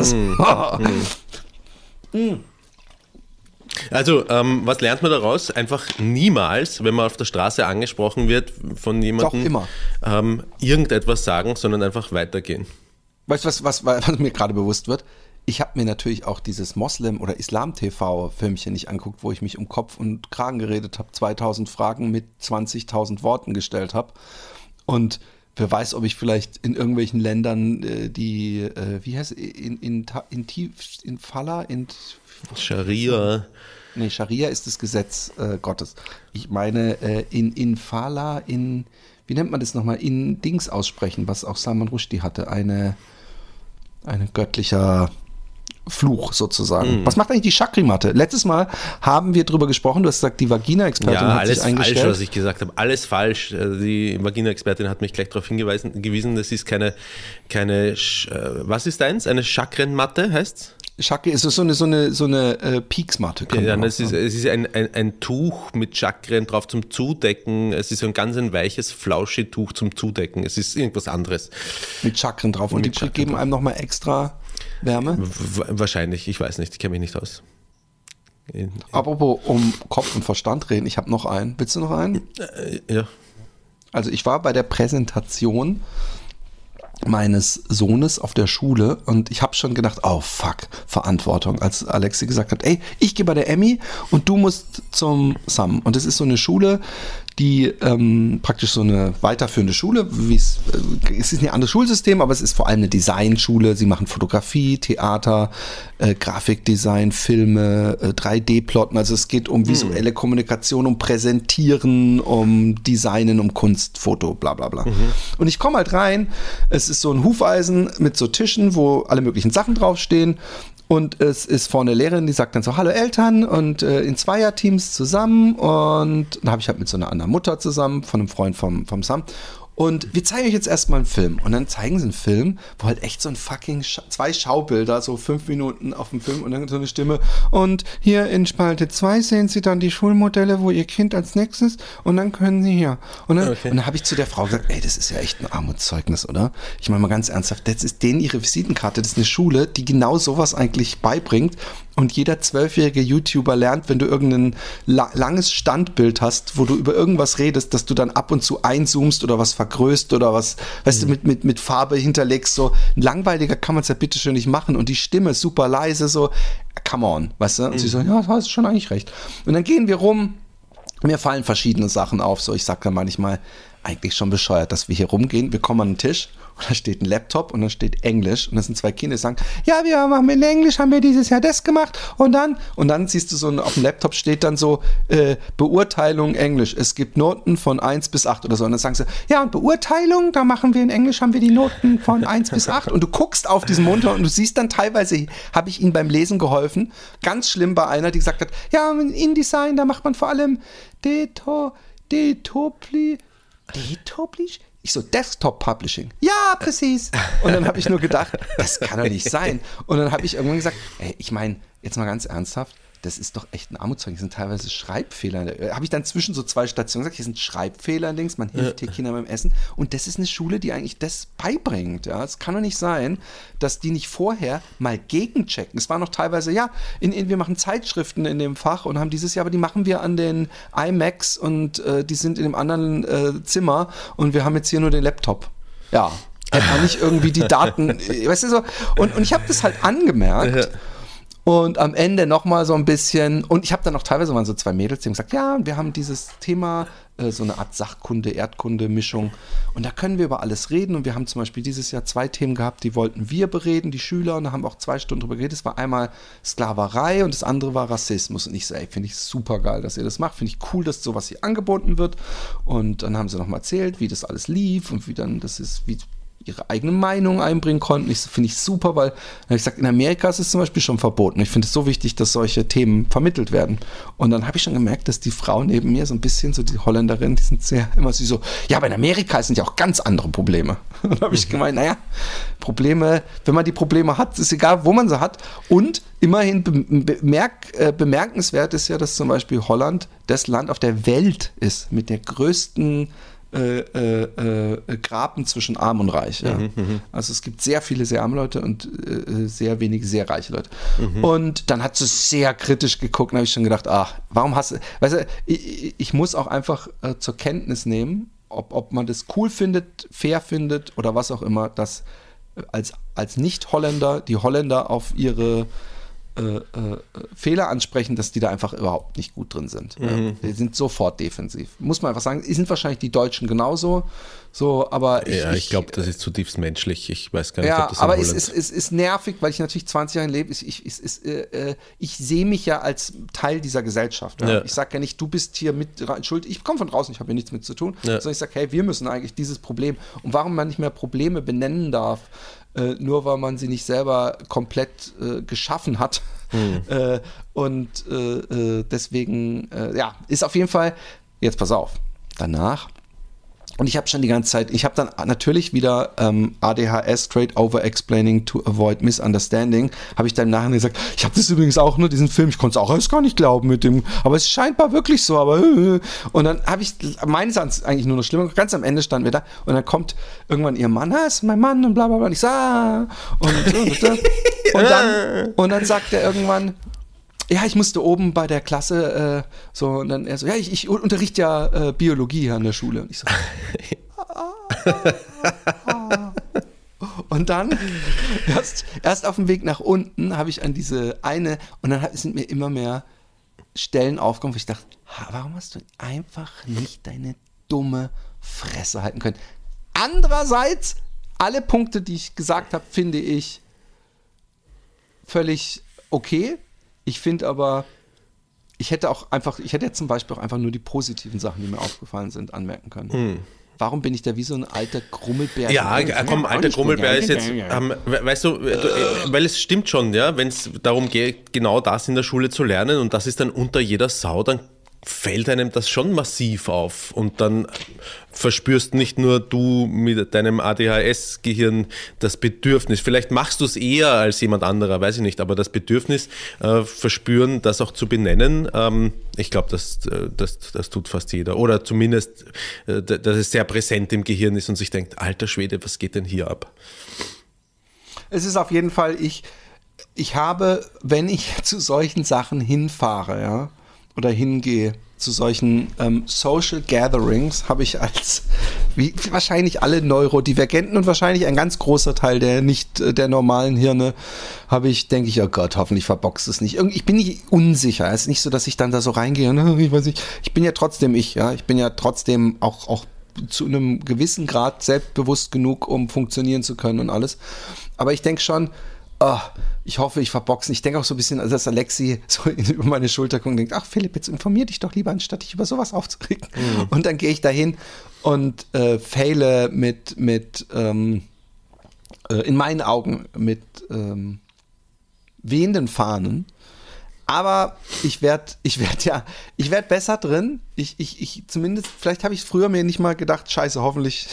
Mm. Mm. Also, ähm, was lernt man daraus? Einfach niemals, wenn man auf der Straße angesprochen wird von jemandem, Doch, immer. Ähm, irgendetwas sagen, sondern einfach weitergehen. Weißt du, was, was, was mir gerade bewusst wird? ich habe mir natürlich auch dieses Moslem- oder Islam-T V-Filmchen nicht angeguckt, wo ich mich um Kopf und Kragen geredet habe, zweitausend Fragen mit zwanzigtausend Worten gestellt habe. Und wer weiß, ob ich vielleicht in irgendwelchen Ländern äh, die, äh, wie heißt es, in, in, in, in, in Falla, in Scharia. Nee, Scharia ist das Gesetz äh, Gottes. Ich meine, äh, in, in Fala, in, wie nennt man das nochmal, in Dings aussprechen, was auch Salman Rushdie hatte, eine, eine göttlicher Fluch sozusagen. Mhm. Was macht eigentlich die Chakri-Matte? Letztes Mal haben wir drüber gesprochen, du hast gesagt, die Vagina-Expertin ja, hat alles sich eingestellt. falsch, was ich gesagt habe. Alles falsch. Die Vagina-Expertin hat mich gleich darauf hingewiesen, gewiesen, das ist keine, keine, was ist eins? Eine Chakrenmatte heißt's? Chakra ist so eine, so eine, so eine äh, Pieksmatte. Ja, ja, es ist, es ist ein, ein, ein Tuch mit Chakren drauf zum Zudecken. Es ist ein ganz ein weiches, flauschiges Tuch zum Zudecken. Es ist irgendwas anderes. Mit Chakren drauf. Und mit die Chakren geben drauf. Einem nochmal extra Wärme? W- wahrscheinlich, ich weiß nicht, ich kenne mich nicht aus. In, in Apropos um Kopf und Verstand reden, ich habe noch einen. Willst du noch einen? Äh, ja. Also ich war bei der Präsentation meines Sohnes auf der Schule und ich habe schon gedacht, oh fuck, Verantwortung, als Alexi gesagt hat, ey, ich gehe bei der Emmy und du musst zum Sam. Und das ist so eine Schule, die ähm, praktisch so eine weiterführende Schule, wie es, äh, es ist ein anderes Schulsystem, aber es ist vor allem eine Designschule. Sie machen Fotografie, Theater, äh, Grafikdesign, Filme, äh, drei D-Plotten. Also es geht um visuelle hm. Kommunikation, um Präsentieren, um Designen, um Kunst, Foto, bla bla bla. Mhm. Und ich komme halt rein, es ist so ein Hufeisen mit so Tischen, wo alle möglichen Sachen draufstehen. Und es ist vorne eine Lehrerin, die sagt dann so, hallo Eltern und äh, in Zweierteams zusammen und dann habe ich halt mit so einer anderen Mutter zusammen, von einem Freund vom, vom Sam und wir zeigen euch jetzt erstmal einen Film und dann zeigen sie einen Film, wo halt echt so ein fucking, Scha- zwei Schaubilder, so fünf Minuten auf dem Film und dann so eine Stimme und hier in Spalte zwei sehen sie dann die Schulmodelle, wo ihr Kind als nächstes und dann können sie hier und dann, okay. und dann habe ich zu der Frau gesagt, ey, das ist ja echt ein Armutszeugnis, oder? Ich meine mal ganz ernsthaft, das ist denen ihre Visitenkarte, das ist eine Schule, die genau sowas eigentlich beibringt. Und jeder zwölfjährige YouTuber lernt, wenn du irgendein la- langes Standbild hast, wo du über irgendwas redest, dass du dann ab und zu einzoomst oder was vergrößt oder was, weißt mhm. du, mit, mit, mit Farbe hinterlegst. So langweiliger kann man es ja bitteschön nicht machen. Und die Stimme ist super leise, so, come on, weißt du? Und mhm. sie so, ja, du hast schon eigentlich recht. Und dann gehen wir rum, mir fallen verschiedene Sachen auf. So, ich sag dann manchmal, eigentlich schon bescheuert, dass wir hier rumgehen. Wir kommen an den Tisch und da steht ein Laptop und da steht Englisch und das sind zwei Kinder, die sagen, ja, wir machen in Englisch, haben wir dieses Jahr das gemacht und dann, und dann siehst du so, auf dem Laptop steht dann so, äh, Beurteilung Englisch. Es gibt Noten von eins bis acht oder so und dann sagen sie, ja, und Beurteilung, da machen wir in Englisch, haben wir die Noten von eins bis acht und du guckst auf diesen Monitor und du siehst dann teilweise, habe ich ihnen beim Lesen geholfen, ganz schlimm bei einer, die gesagt hat, ja, in InDesign, da macht man vor allem Deto, Detopli, Detopli? Ich so, Desktop Publishing. Ja, präzis. Und dann habe ich nur gedacht, das kann doch nicht sein. Und dann habe ich irgendwann gesagt, ey, ich meine, jetzt mal ganz ernsthaft, das ist doch echt ein Armutszeugnis. Hier sind teilweise Schreibfehler. Habe ich dann zwischen so zwei Stationen gesagt, hier sind Schreibfehler links, man hilft hier Kindern beim Essen. Und das ist eine Schule, die eigentlich das beibringt. Ja, es kann doch nicht sein, dass die nicht vorher mal gegenchecken. Es war noch teilweise, ja, in, in, wir machen Zeitschriften in dem Fach und haben dieses Jahr, aber die machen wir an den iMacs und äh, die sind in dem anderen äh, Zimmer und wir haben jetzt hier nur den Laptop. Ja, hätte man nicht irgendwie die Daten, weißt du so. Und, und ich habe das halt angemerkt. Und am Ende nochmal so ein bisschen, und ich habe dann auch teilweise mal so zwei Mädels, die haben gesagt, ja, wir haben dieses Thema, äh, so eine Art Sachkunde, Erdkunde-Mischung und da können wir über alles reden und wir haben zum Beispiel dieses Jahr zwei Themen gehabt, die wollten wir bereden, die Schüler, und da haben wir auch zwei Stunden drüber geredet. Das war einmal Sklaverei und das andere war Rassismus und ich so, ey, finde ich super geil, dass ihr das macht, finde ich cool, dass sowas hier angeboten wird und dann haben sie nochmal erzählt, wie das alles lief und wie dann das ist, wie ihre eigene Meinung einbringen konnten. Ich finde ich super, weil, ich sag, in Amerika ist es zum Beispiel schon verboten. Ich finde es so wichtig, dass solche Themen vermittelt werden. Und dann habe ich schon gemerkt, dass die Frauen neben mir so ein bisschen, so die Holländerin, die sind sehr immer so, ja, aber in Amerika sind ja auch ganz andere Probleme. Und dann habe ich gemeint, naja, Probleme, wenn man die Probleme hat, ist egal, wo man sie hat. Und immerhin bemerk, äh, bemerkenswert ist ja, dass zum Beispiel Holland das Land auf der Welt ist mit der größten Äh, äh, äh, Graben zwischen Arm und Reich. Ja. Mhm, also es gibt sehr viele sehr arme Leute und äh, sehr wenige sehr reiche Leute. Mhm. Und dann hat sie sehr kritisch geguckt und habe ich schon gedacht, ach, warum hast du, weißt du, ich, ich muss auch einfach äh, zur Kenntnis nehmen, ob, ob man das cool findet, fair findet oder was auch immer, dass als, als Nicht-Holländer die Holländer auf ihre Äh, äh, Fehler ansprechen, dass die da einfach überhaupt nicht gut drin sind. Mhm. Ja. Die sind sofort defensiv. Muss man einfach sagen, sind wahrscheinlich die Deutschen genauso, so, aber ich, ja, ich, ich glaube, das ist zutiefst menschlich. Ich weiß gar nicht, ja, ob das aber es ist, es ist nervig, weil ich natürlich zwanzig Jahre lebe. Ich, ich, ich, ich, äh, ich sehe mich ja als Teil dieser Gesellschaft. Ja. Ja. Ich sage ja nicht, du bist hier mit schuld. Ich komme von draußen, ich habe hier nichts mit zu tun. Ja. Sondern ich sage, hey, wir müssen eigentlich dieses Problem. Und warum man nicht mehr Probleme benennen darf, äh, nur weil man sie nicht selber komplett äh, geschaffen hat. Hm. Äh, und äh, deswegen, äh, ja, ist auf jeden Fall, jetzt pass auf, danach, und ich habe schon die ganze Zeit, ich habe dann natürlich wieder ähm, A D H S, Straight Over Explaining to Avoid Misunderstanding, habe ich dann im Nachhinein gesagt, ich habe das übrigens auch, nur diesen Film, ich konnte es auch erst gar nicht glauben mit dem, aber es ist scheinbar wirklich so, aber äh, und dann habe ich, meines Erachtens eigentlich nur noch schlimmer, ganz am Ende standen wir da und dann kommt irgendwann ihr Mann, ah, ist mein Mann und bla bla bla, und ich sag, ah, und, und, und, und dann, und dann sagt er irgendwann, ja, ich musste oben bei der Klasse äh, so, und dann er so, ja, ich, ich unterrichte ja äh, Biologie hier an der Schule. Und ich so, ah, ah, ah. Und dann, erst, erst auf dem Weg nach unten, habe ich an diese eine, und dann sind mir immer mehr Stellen aufgekommen, wo ich dachte, warum hast du einfach nicht deine dumme Fresse halten können? Andererseits, alle Punkte, die ich gesagt habe, finde ich völlig okay. Ich finde aber, ich hätte auch einfach, ich hätte jetzt zum Beispiel auch einfach nur die positiven Sachen, die mir aufgefallen sind, anmerken können. Hm. Warum bin ich da wie so ein alter Grummelbär? Ja, komm, alter Grummelbär ist jetzt, ähm, weißt du, du, weil es stimmt schon, ja, wenn es darum geht, genau das in der Schule zu lernen und das ist dann unter jeder Sau, dann fällt einem das schon massiv auf und dann verspürst nicht nur du mit deinem A D H S-Gehirn das Bedürfnis, vielleicht machst du es eher als jemand anderer, weiß ich nicht, aber das Bedürfnis äh, verspüren, das auch zu benennen, ähm, ich glaube, das, das, das tut fast jeder oder zumindest, äh, dass es sehr präsent im Gehirn ist und sich denkt, alter Schwede, was geht denn hier ab? Es ist auf jeden Fall, ich, ich habe, wenn ich zu solchen Sachen hinfahre, ja, oder hingehe zu solchen ähm, Social Gatherings, habe ich als, wie wahrscheinlich alle Neurodivergenten und wahrscheinlich ein ganz großer Teil der nicht äh, der normalen Hirne, habe ich, denke ich, oh Gott, hoffentlich verboxt es nicht. Irgendwie, ich bin nicht unsicher. Es ist nicht so, dass ich dann da so reingehe und ich weiß nicht, ich bin ja trotzdem ich, ja, ich bin ja trotzdem auch, auch zu einem gewissen Grad selbstbewusst genug, um funktionieren zu können und alles. Aber ich denke schon, oh, ich hoffe, ich verboxe. Ich denke auch so ein bisschen, dass Alexi so über meine Schulter guckt und denkt, ach Philipp, jetzt informier dich doch lieber, anstatt dich über sowas aufzuregen. Mhm. Und dann gehe ich dahin und äh, faile mit, mit ähm, äh, in meinen Augen mit ähm, wehenden Fahnen. Aber ich werde ich werd ja, ich werde besser drin. Ich, ich, ich zumindest, vielleicht habe ich früher mir nicht mal gedacht, scheiße, hoffentlich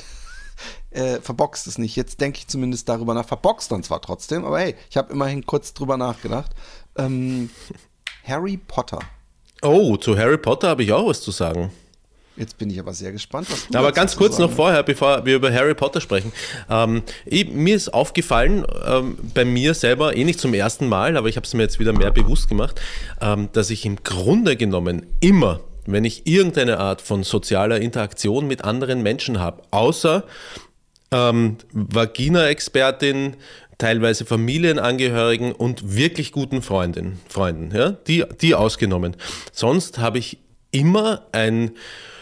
Äh, verboxt es nicht. Jetzt denke ich zumindest darüber nach. Verboxt dann zwar trotzdem, aber hey, ich habe immerhin kurz drüber nachgedacht. Ähm, Harry Potter. Oh, zu Harry Potter habe ich auch was zu sagen. Jetzt bin ich aber sehr gespannt, was du Aber ganz kurz noch vorher, bevor wir über Harry Potter sprechen. Ähm, ich, mir ist aufgefallen, ähm, bei mir selber, eh nicht zum ersten Mal, aber ich habe es mir jetzt wieder mehr bewusst gemacht, ähm, dass ich im Grunde genommen immer, wenn ich irgendeine Art von sozialer Interaktion mit anderen Menschen habe, außer ähm, Vagina-Expertin, teilweise Familienangehörigen und wirklich guten Freundinnen, Freunden, ja, die, die ausgenommen. Sonst habe ich immer ein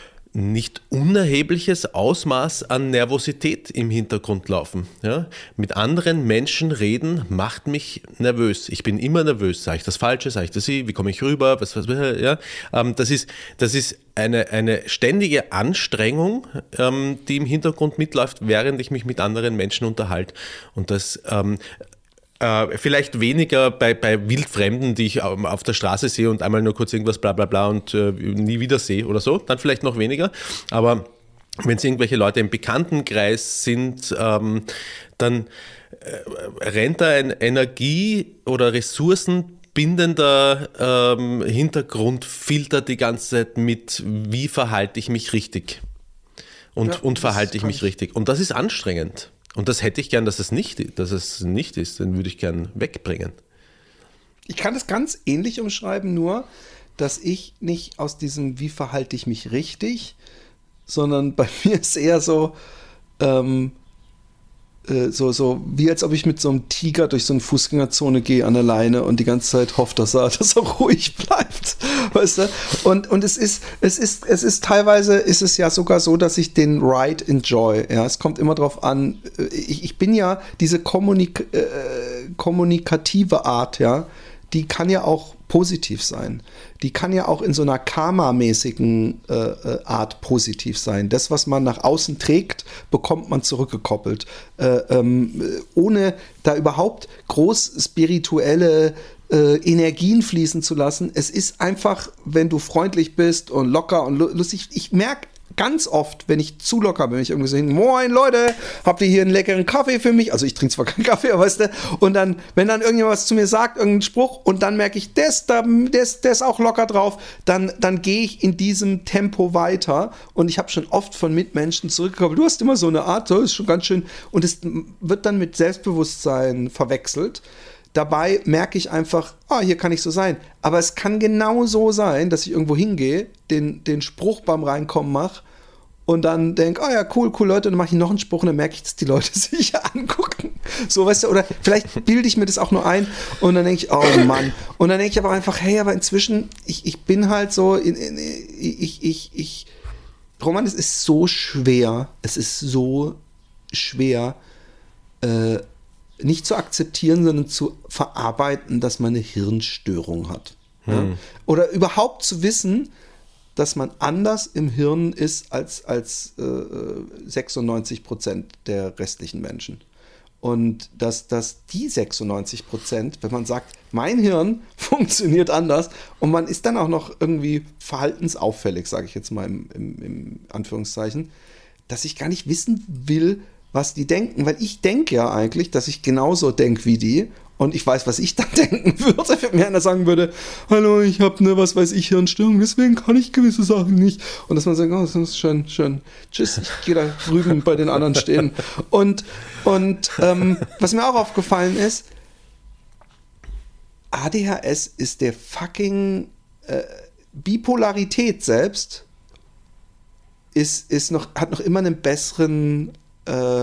nicht unerhebliches Ausmaß an Nervosität im Hintergrund laufen. Ja? Mit anderen Menschen reden macht mich nervös. Ich bin immer nervös. Sage ich das Falsche? Sage ich das Sie? Wie komme ich rüber? Was, was, ja? ähm, das ist, das ist eine, eine ständige Anstrengung, ähm, die im Hintergrund mitläuft, während ich mich mit anderen Menschen unterhalte. Und das ähm, Äh, vielleicht weniger bei, bei Wildfremden, die ich auf der Straße sehe und einmal nur kurz irgendwas bla bla bla und äh, nie wieder sehe oder so, dann vielleicht noch weniger. Aber wenn es irgendwelche Leute im Bekanntenkreis sind, ähm, dann äh, rennt da ein Energie- oder ressourcenbindender ähm, Hintergrundfilter die ganze Zeit mit, wie verhalte ich mich richtig und, ja, und verhalte ich mich richtig. Und das ist anstrengend. Und das hätte ich gern, dass es nicht, dass es nicht ist, den würde ich gern wegbringen. Ich kann das ganz ähnlich umschreiben, nur, dass ich nicht aus diesem, wie verhalte ich mich richtig, sondern bei mir ist eher so, ähm, So, so wie als ob ich mit so einem Tiger durch so eine Fußgängerzone gehe an der Leine und die ganze Zeit hoffe, dass er, dass er ruhig bleibt, weißt du? Und, und es ist, es ist, es ist teilweise ist es ja sogar so, dass ich den Ride enjoy. Ja, es kommt immer drauf an. Ich, ich bin ja diese kommunik äh, kommunikative Art, ja, die kann ja auch positiv sein. Die kann ja auch in so einer karma-mäßigen äh, Art positiv sein. Das, was man nach außen trägt, bekommt man zurückgekoppelt. Äh, ähm, ohne da überhaupt groß spirituelle äh, Energien fließen zu lassen. Es ist einfach, wenn du freundlich bist und locker und lustig. Ich merke ganz oft, wenn ich zu locker bin, wenn ich irgendwie so hin, moin Leute, habt ihr hier einen leckeren Kaffee für mich? Also ich trinke zwar keinen Kaffee, aber weißt du, und dann, wenn dann irgendjemand was zu mir sagt, irgendeinen Spruch, und dann merke ich, der ist, da, der ist, der ist auch locker drauf, dann, dann gehe ich in diesem Tempo weiter, und ich habe schon oft von Mitmenschen zurückgekommen, du hast immer so eine Art, das ist schon ganz schön, und es wird dann mit Selbstbewusstsein verwechselt. Dabei merke ich einfach, ah, hier kann ich so sein. Aber es kann genau so sein, dass ich irgendwo hingehe, den, den Spruch beim Reinkommen mache und dann denke, ah ja, cool, cool, Leute, und dann mache ich noch einen Spruch und dann merke ich, dass die Leute sich angucken. So, weißt du, oder vielleicht bilde ich mir das auch nur ein und dann denke ich, oh Mann. Und dann denke ich aber einfach, hey, aber inzwischen, ich, ich bin halt so, in, in, ich, ich, ich, Roman, es ist so schwer, es ist so schwer, äh, nicht zu akzeptieren, sondern zu verarbeiten, dass man eine Hirnstörung hat. Hm. Ja? Oder überhaupt zu wissen, dass man anders im Hirn ist als, als äh, sechsundneunzig Prozent der restlichen Menschen. Und dass, dass die sechsundneunzig Prozent, wenn man sagt, mein Hirn funktioniert anders, und man ist dann auch noch irgendwie verhaltensauffällig, sage ich jetzt mal im, im, im Anführungszeichen, dass ich gar nicht wissen will, was die denken, weil ich denke ja eigentlich, dass ich genauso denke wie die, und ich weiß, was ich dann denken würde, wenn mir einer sagen würde, hallo, ich habe eine, was weiß ich, Hirnstörung, deswegen kann ich gewisse Sachen nicht. Und dass man sagt, oh, das ist schön, schön, tschüss, ich gehe da drüben bei den anderen stehen. Und, und ähm, was mir auch aufgefallen ist, A D H S ist der fucking äh, Bipolarität selbst, ist, ist noch, hat noch immer einen besseren Äh,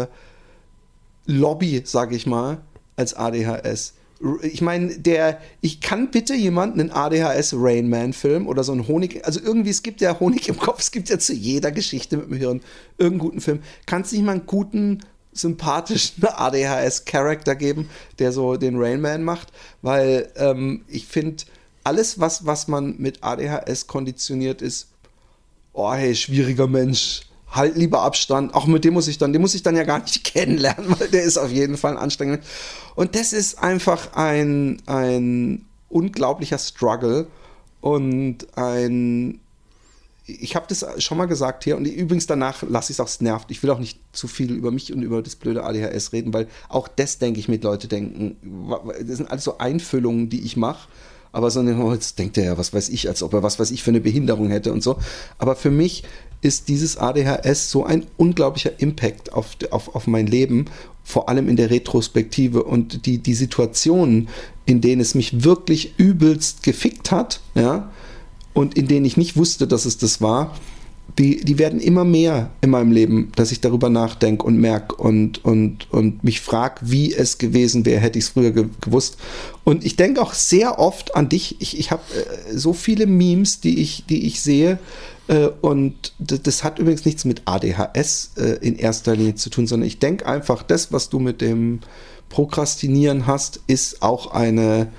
Lobby, sage ich mal, als A D H S. Ich meine, der, ich kann bitte jemanden einen A D H S Rain Man Film oder so einen Honig, also irgendwie, es gibt ja Honig im Kopf, es gibt ja zu jeder Geschichte mit dem Hirn irgendeinen guten Film. Kannst du nicht mal einen guten, sympathischen A D H S Charakter geben, der so den Rain Man macht? Weil ähm, ich finde, alles, was, was man mit A D H S konditioniert ist, oh hey, schwieriger Mensch, halt lieber Abstand, auch mit dem muss ich dann, den muss ich dann ja gar nicht kennenlernen, weil der ist auf jeden Fall ein anstrengender. Und das ist einfach ein, ein unglaublicher Struggle und ein, ich habe das schon mal gesagt hier, und übrigens danach lasse ich es auch, es nervt, ich will auch nicht zu viel über mich und über das blöde A D H S reden, weil auch das, denke ich, mit Leute denken, das sind alles so Einfüllungen, die ich mache, aber so, oh, jetzt denkt er ja, was weiß ich, als ob er was weiß ich für eine Behinderung hätte und so, aber für mich ist dieses A D H S so ein unglaublicher Impact auf, auf, auf mein Leben, vor allem in der Retrospektive, und die, die Situationen, in denen es mich wirklich übelst gefickt hat, ja, und in denen ich nicht wusste, dass es das war, die, die werden immer mehr in meinem Leben, dass ich darüber nachdenke und merke und, und, und mich frage, wie es gewesen wäre, hätte ich es früher ge- gewusst. Und ich denke auch sehr oft an dich. Ich, ich habe äh, so viele Memes, die ich, die ich sehe, äh, und d- das hat übrigens nichts mit A D H S äh, in erster Linie zu tun, sondern ich denke einfach, das, was du mit dem Prokrastinieren hast, ist auch eine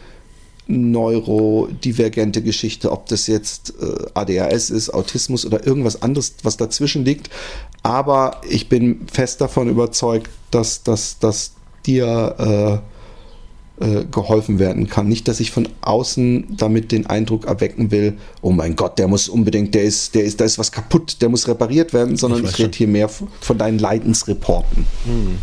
neurodivergente Geschichte, ob das jetzt äh, A D H S ist, Autismus oder irgendwas anderes, was dazwischen liegt. Aber ich bin fest davon überzeugt, dass, dass, dass dir äh, äh, geholfen werden kann. Nicht, dass ich von außen damit den Eindruck erwecken will, oh mein Gott, der muss unbedingt, der ist, der ist, da ist was kaputt, der muss repariert werden, sondern ich, ich rede hier mehr von deinen Leidensreporten. Hm.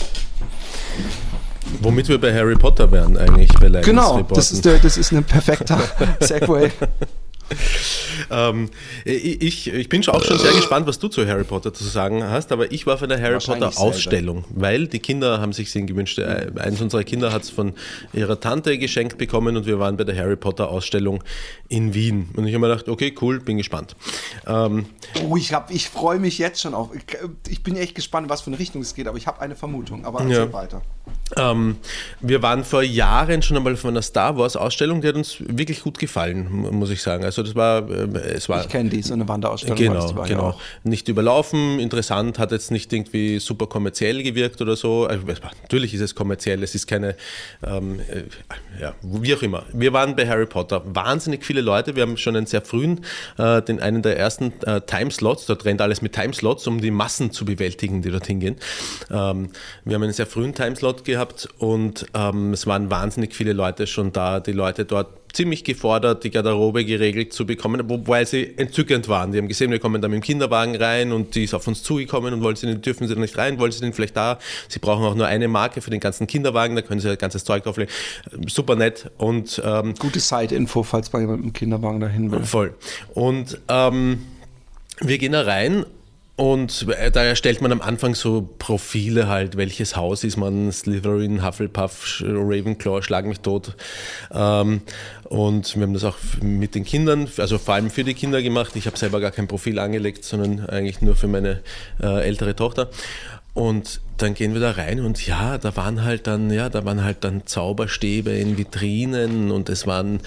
Womit wir bei Harry Potter wären eigentlich bei Leidensreporten. Genau, das ist, der, das ist ein perfekter Segway. ähm, ich, ich bin schon auch schon sehr gespannt, was du zu Harry Potter zu sagen hast, aber ich war für eine Harry Potter Ausstellung, weil die Kinder haben sich den gewünscht. Eins unserer Kinder hat es von ihrer Tante geschenkt bekommen und wir waren bei der Harry Potter Ausstellung in Wien. Und ich habe mir gedacht, okay, cool, bin gespannt. Ähm, oh, ich, hab, ich freue mich jetzt schon auf. Ich bin echt gespannt, was für eine Richtung es geht, aber ich habe eine Vermutung. Aber erzähl ja. weiter. Ähm, wir waren vor Jahren schon einmal von einer Star Wars Ausstellung, die hat uns wirklich gut gefallen, muss ich sagen. Also das war, äh, es war. Ich kenne die, so eine Wanderausstellung. Genau, war genau. Auch. Nicht überlaufen, interessant, hat jetzt nicht irgendwie super kommerziell gewirkt oder so. Also, natürlich ist es kommerziell, es ist keine, ähm, äh, ja, wie auch immer. Wir waren bei Harry Potter, wahnsinnig viele Leute. Wir haben schon einen sehr frühen, äh, den einen der ersten äh, Timeslots. Dort rennt alles mit Timeslots, um die Massen zu bewältigen, die dorthin gehen. Ähm, wir haben einen sehr frühen Timeslot gehabt und ähm, es waren wahnsinnig viele Leute schon da, die Leute dort ziemlich gefordert, die Garderobe geregelt zu bekommen, wobei sie entzückend waren. Die haben gesehen, wir kommen da mit dem Kinderwagen rein und die ist auf uns zugekommen und wollen sie denn, dürfen sie da nicht rein, wollen sie denn vielleicht da? Sie brauchen auch nur eine Marke für den ganzen Kinderwagen, da können sie das ganze Zeug drauflegen. Super nett und ähm, gute Side-Info, falls man jemand mit dem Kinderwagen dahin will. Voll. Und ähm, wir gehen da rein. Und da erstellt man am Anfang so Profile halt, welches Haus ist man, Slytherin, Hufflepuff, Ravenclaw, Schlag mich tot. Ähm, und wir haben das auch mit den Kindern, also vor allem für die Kinder gemacht. Ich habe selber gar kein Profil angelegt, sondern eigentlich nur für meine äh, ältere Tochter. Und dann gehen wir da rein und ja, da waren halt dann, ja, da waren halt dann Zauberstäbe in Vitrinen und es waren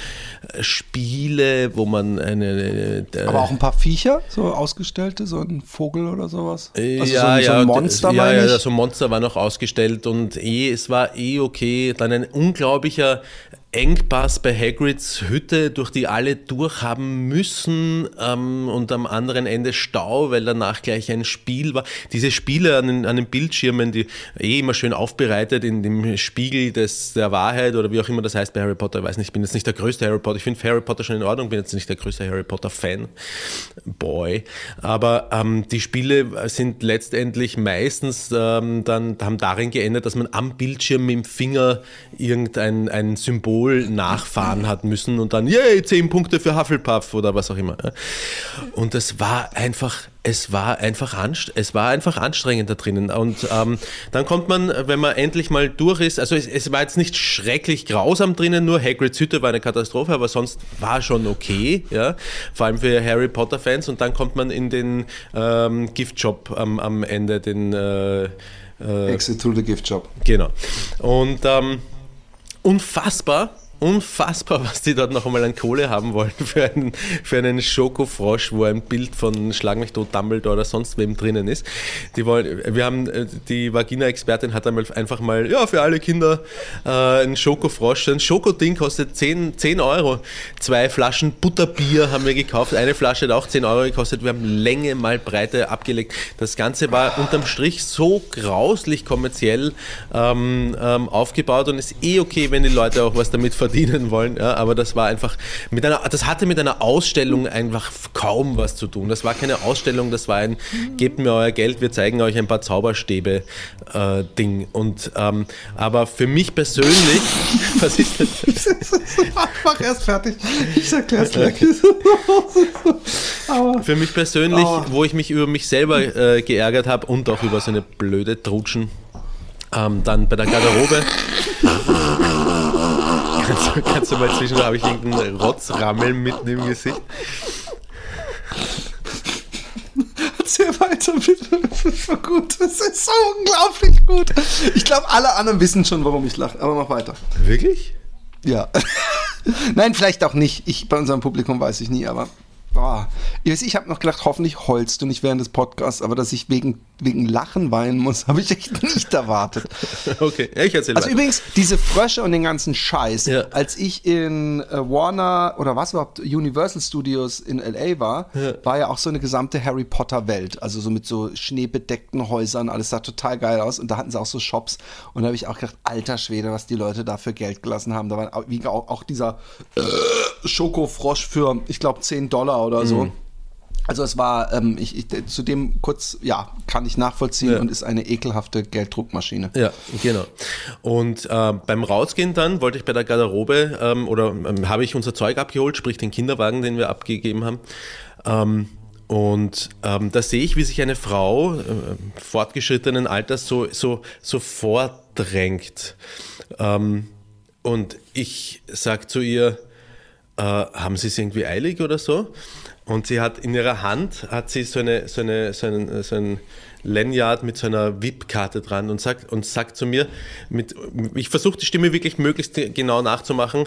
Spiele, wo man eine... Äh, Aber auch ein paar Viecher, so ausgestellte, so ein Vogel oder sowas? Also ja, so, ja, so ein Monster, ja, meine ich. Ja, so ein Monster war noch ausgestellt und eh, es war eh okay. Dann ein unglaublicher Engpass bei Hagrids Hütte, durch die alle durchhaben müssen ähm, und am anderen Ende Stau, weil danach gleich ein Spiel war. Diese Spiele an den, an den Bildschirmen, die eh immer schön aufbereitet in dem Spiegel des, der Wahrheit oder wie auch immer das heißt bei Harry Potter. Ich weiß nicht, ich bin jetzt nicht der größte Harry Potter. Ich finde Harry Potter schon in Ordnung, bin jetzt nicht der größte Harry Potter Fan. Boy. Aber ähm, die Spiele sind letztendlich meistens ähm, dann haben darin geendet, dass man am Bildschirm mit dem Finger irgendein ein Symbol nachfahren hat müssen und dann, yay, zehn Punkte für Hufflepuff oder was auch immer. Und das war einfach, es war einfach, anst- es war einfach anstrengend da drinnen. Und ähm, dann kommt man, wenn man endlich mal durch ist, also es, es war jetzt nicht schrecklich grausam drinnen, nur Hagrids Hütte war eine Katastrophe, aber sonst war schon okay, ja, vor allem für Harry Potter Fans. Und dann kommt man in den ähm, Gift Shop am, am Ende, den äh, äh, Exit through the Gift Shop. Genau. Und ähm, unfassbar, unfassbar, was die dort noch einmal an Kohle haben wollten für einen, für einen Schokofrosch, wo ein Bild von Schlag mich tot Dumbledore oder sonst wem drinnen ist. Die wollen, wir haben, die Vagina-Expertin hat einmal einfach mal, ja, für alle Kinder äh, einen Schokofrosch. Ein Schokoding kostet zehn Euro. Zwei Flaschen Butterbier haben wir gekauft. Eine Flasche hat auch zehn Euro gekostet. Wir haben Länge mal Breite abgelegt. Das Ganze war unterm Strich so grauslich kommerziell ähm, ähm, aufgebaut und ist eh okay, wenn die Leute auch was damit verdienen wollen, ja, aber das war einfach mit einer, das hatte mit einer Ausstellung einfach kaum was zu tun. Das war keine Ausstellung, das war ein, gebt mir euer Geld, wir zeigen euch ein paar Zauberstäbe äh, Ding. Und ähm, aber für mich persönlich, was ist das? Mach erst fertig. Ich erklär's gleich. Für mich persönlich, Aua. wo ich mich über mich selber äh, geärgert habe und auch über so eine blöde Trutschen, ähm, dann bei der Garderobe. Kannst du, kannst du mal zwischendurch, habe ich irgendeinen Rotzrammel mitten im Gesicht? Erzähl weiter, bitte. Das ist so gut. Das ist so unglaublich gut. Ich glaube, alle anderen wissen schon, warum ich lache. Aber mach weiter. Wirklich? Ja. Nein, vielleicht auch nicht. Ich, bei unserem Publikum weiß ich nie, aber... Oh. Ich, ich habe noch gedacht, hoffentlich heulst du nicht während des Podcasts, aber dass ich wegen, wegen Lachen weinen muss, habe ich echt nicht erwartet. Okay, ja, ich erzähle Also weiter. übrigens, diese Frösche und den ganzen Scheiß, Ja. als ich in äh, Warner oder was überhaupt, Universal Studios in L A war, Ja. war ja auch so eine gesamte Harry Potter Welt, also so mit so schneebedeckten Häusern, alles sah total geil aus und da hatten sie auch so Shops und da habe ich auch gedacht, alter Schwede, was die Leute da für Geld gelassen haben. Da war auch, wie auch, auch dieser äh, Schokofrosch für, ich glaube, zehn Dollar oder so. Mhm. Also es war, ähm, ich, ich, zu dem kurz, ja, kann ich nachvollziehen, ja. Und ist eine ekelhafte Gelddruckmaschine. Ja, genau. Und äh, beim Rausgehen dann wollte ich bei der Garderobe ähm, oder ähm, habe ich unser Zeug abgeholt, sprich den Kinderwagen, den wir abgegeben haben. Ähm, und ähm, da sehe ich, wie sich eine Frau äh, fortgeschrittenen Alters so, so, so vordrängt. Ähm, und ich sage zu ihr, äh, haben Sie es irgendwie eilig oder so? Und sie hat in ihrer Hand hat sie so, eine, so, eine, so, einen, so ein Lanyard mit so einer V I P-Karte dran und sagt, und sagt zu mir, mit, ich versuche die Stimme wirklich möglichst genau nachzumachen,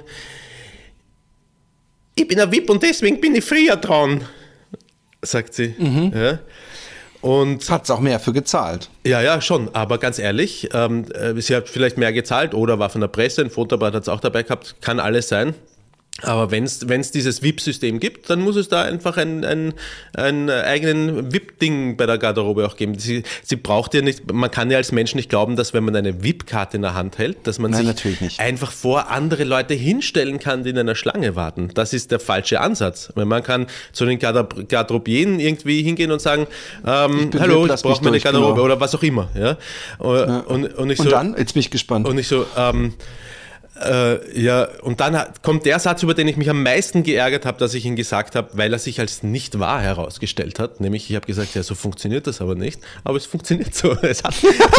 ich bin ein V I P und deswegen bin ich früher dran, sagt sie. Mhm. Ja. Und hat es auch mehr für gezahlt. Ja, ja, schon, aber ganz ehrlich, ähm, sie hat vielleicht mehr gezahlt oder war von der Presse, ein Fotoapparat hat es auch dabei gehabt, kann alles sein. Aber wenn es dieses V I P-System gibt, dann muss es da einfach einen ein, ein eigenen V I P-Ding bei der Garderobe auch geben. Sie, sie braucht ja nicht, man kann ja als Mensch nicht glauben, dass wenn man eine V I P-Karte in der Hand hält, dass man Nein, sich einfach vor andere Leute hinstellen kann, die in einer Schlange warten. Das ist der falsche Ansatz. Weil man kann zu den Garderobieren irgendwie hingehen und sagen, ähm, ich hallo, Wipp, ich brauche meine Garderobe genau. oder was auch immer. Ja? Und, ja. und, und, ich und so, dann, jetzt bin ich gespannt. Und ich so, ähm, Äh, ja, und dann hat, kommt der Satz, über den ich mich am meisten geärgert habe, dass ich ihn gesagt habe, weil er sich als nicht wahr herausgestellt hat. Nämlich, ich habe gesagt, ja, so funktioniert das aber nicht. Aber es funktioniert so. Es hat,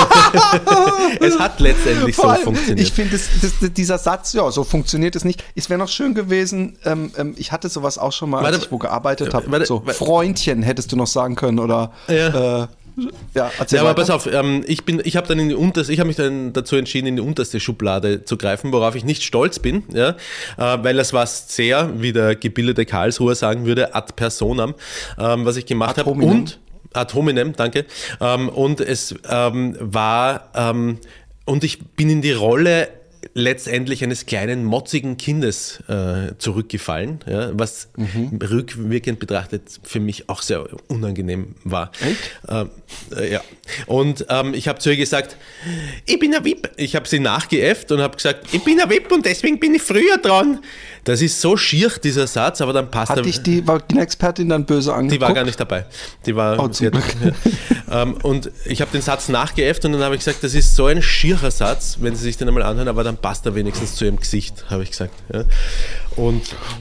es hat letztendlich so funktioniert. Ich finde, das, das, dieser Satz, ja, so funktioniert es nicht. Es wäre noch schön gewesen, ähm, ähm, ich hatte sowas auch schon mal, als warte, ich wo gearbeitet habe. So, warte, Freundchen hättest du noch sagen können oder ja. äh, Ja, ja, aber pass auf, ähm, ich bin, ich habe dann in die unterste, ich habe mich dann dazu entschieden, in die unterste Schublade zu greifen, worauf ich nicht stolz bin, ja, äh, weil das war sehr, wie der gebildete Karlsruher sagen würde, ad personam, ähm, was ich gemacht habe. Und ad hominem, danke. Ähm, und es ähm, war, ähm, und ich bin in die Rolle letztendlich eines kleinen, motzigen Kindes äh, zurückgefallen, ja, was mhm. rückwirkend betrachtet für mich auch sehr unangenehm war. Ähm, äh, ja. Und ähm, ich habe zu ihr gesagt, ich bin ein V I P. Ich habe sie nachgeäfft und habe gesagt, ich bin ein V I P und deswegen bin ich früher dran. Das ist so schier, dieser Satz, aber dann passt er. Hat dich die Expertin dann böse angeguckt? Die war gar nicht dabei. Die war, oh, zum hat, ja. ähm, und ich habe den Satz nachgeäfft und dann habe ich gesagt, das ist so ein schierer Satz, wenn Sie sich den einmal anhören, aber dann passt er wenigstens zu Ihrem Gesicht, habe ich gesagt. Ja. Und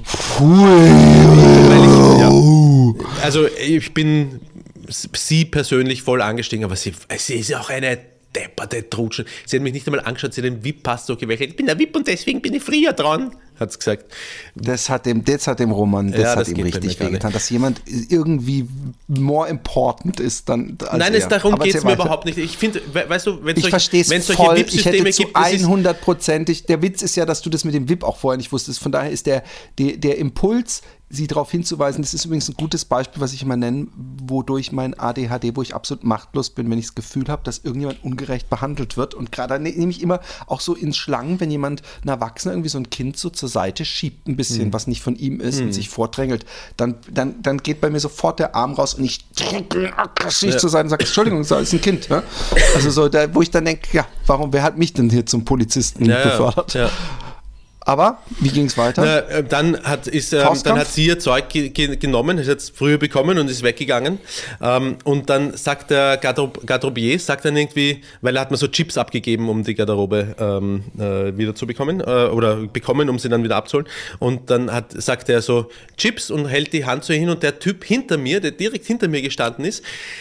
weil ich, ja, also ich bin sie persönlich voll angestiegen, aber sie, sie ist ja auch eine depperte Trutsche. Sie hat mich nicht einmal angeschaut, sie hat den V I P-Pass so gewählt. Ich bin der V I P und deswegen bin ich früher dran, hat sie gesagt. Das hat dem, das hat dem Roman, das ja, hat das ihm richtig wehgetan, dass jemand irgendwie more important ist dann als Nein, er. es, darum geht es mir überhaupt nicht. Ich finde, weißt du, wenn es solche, solche V I P-Systeme gibt, hundertprozentig, der Witz ist ja, dass du das mit dem V I P auch vorher nicht wusstest, von daher ist der, der, der Impuls, sie darauf hinzuweisen, das ist übrigens ein gutes Beispiel, was ich immer nenne, wodurch mein A D H D, wo ich absolut machtlos bin, wenn ich das Gefühl habe, dass irgendjemand ungerecht behandelt wird, und gerade nehme ich immer auch so in Schlangen, wenn jemand, ein Erwachsener, irgendwie so ein Kind so zur Seite schiebt ein bisschen, mhm. was nicht von ihm ist, mhm. und sich vordrängelt, dann, dann, dann geht bei mir sofort der Arm raus und ich drücke aggressiv ja. zur Seite und sage, Entschuldigung, das ist ein Kind. Ne? Also so, da, wo ich dann denke, ja, warum, wer hat mich denn hier zum Polizisten ja, befördert? Ja, ja. Aber, wie ging es weiter? Na, dann, hat, ist, ähm, dann hat sie ihr Zeug ge- ge- genommen, ist jetzt früher bekommen und ist weggegangen. Ähm, und dann sagt der Garderob- Garderobier, sagt dann irgendwie, weil er hat mir so Chips abgegeben, um die Garderobe ähm, äh, wieder zu bekommen, äh, oder bekommen, um sie dann wieder abzuholen. Und dann hat, sagt er so Chips und hält die Hand so hin, und der Typ hinter mir, der direkt hinter mir gestanden ist,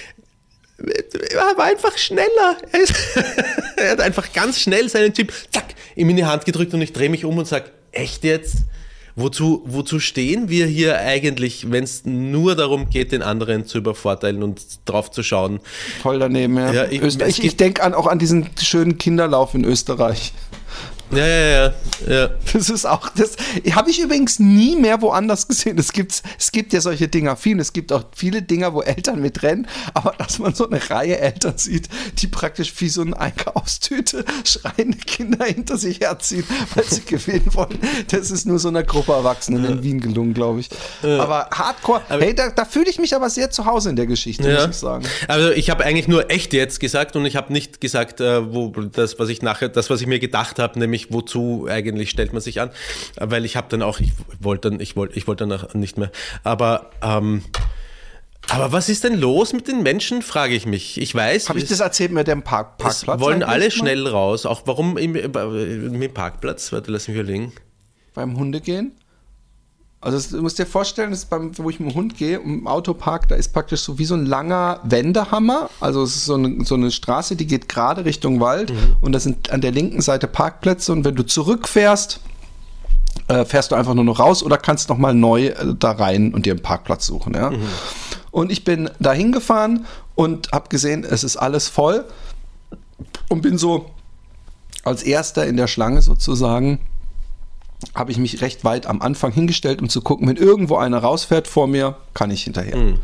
er war einfach schneller. Er, ist, er hat einfach ganz schnell seinen Chip, zack, ihm in die Hand gedrückt, und ich drehe mich um und sage, echt jetzt? Wozu, wozu stehen wir hier eigentlich, wenn es nur darum geht, den anderen zu übervorteilen und drauf zu schauen? Voll daneben, ja. ja ich ich, ich denke an, auch an diesen schönen Kinderlauf in Österreich. Ja, ja, ja, ja. Das ist auch, das habe ich übrigens nie mehr woanders gesehen. Es gibt, es gibt ja solche Dinger viel. Es gibt auch viele Dinger, wo Eltern mitrennen, aber dass man so eine Reihe Eltern sieht, die praktisch wie so eine Einkaufstüte schreiende Kinder hinter sich herziehen, weil sie gewinnen wollen, das ist nur so einer Gruppe Erwachsenen ja. in Wien gelungen, glaube ich. Ja. Aber Hardcore, aber hey, da, da fühle ich mich aber sehr zu Hause in der Geschichte, ja. muss ich sagen. Also ich habe eigentlich nur echt jetzt gesagt, und ich habe nicht gesagt, äh, wo das, was ich nachher, das, was ich mir gedacht habe, nämlich wozu eigentlich stellt man sich an, weil ich habe dann auch, ich wollte dann, ich wollte, ich wollte danach nicht mehr, aber ähm, Aber was ist denn los mit den Menschen, frage ich mich. Ich weiß. Habe ich das erzählt mit dem Park Parkplatz? Es wollen alle mal? schnell raus. Auch warum im, im Parkplatz? Warte, lass mich überlegen. Beim Hundegehen? Also das, du musst dir vorstellen, das ist beim, wo ich mit dem Hund gehe, im Autopark, da ist praktisch so wie so ein langer Wendehammer. Also es ist so eine, so eine Straße, die geht gerade Richtung Wald mhm. und da sind an der linken Seite Parkplätze und wenn du zurückfährst, äh, fährst du einfach nur noch raus oder kannst nochmal neu äh, da rein und dir einen Parkplatz suchen. Ja? Mhm. Und ich bin da hingefahren und habe gesehen, es ist alles voll und bin so als Erster in der Schlange sozusagen, habe ich mich recht weit am Anfang hingestellt, um zu gucken, wenn irgendwo einer rausfährt vor mir, kann ich hinterher. Mhm.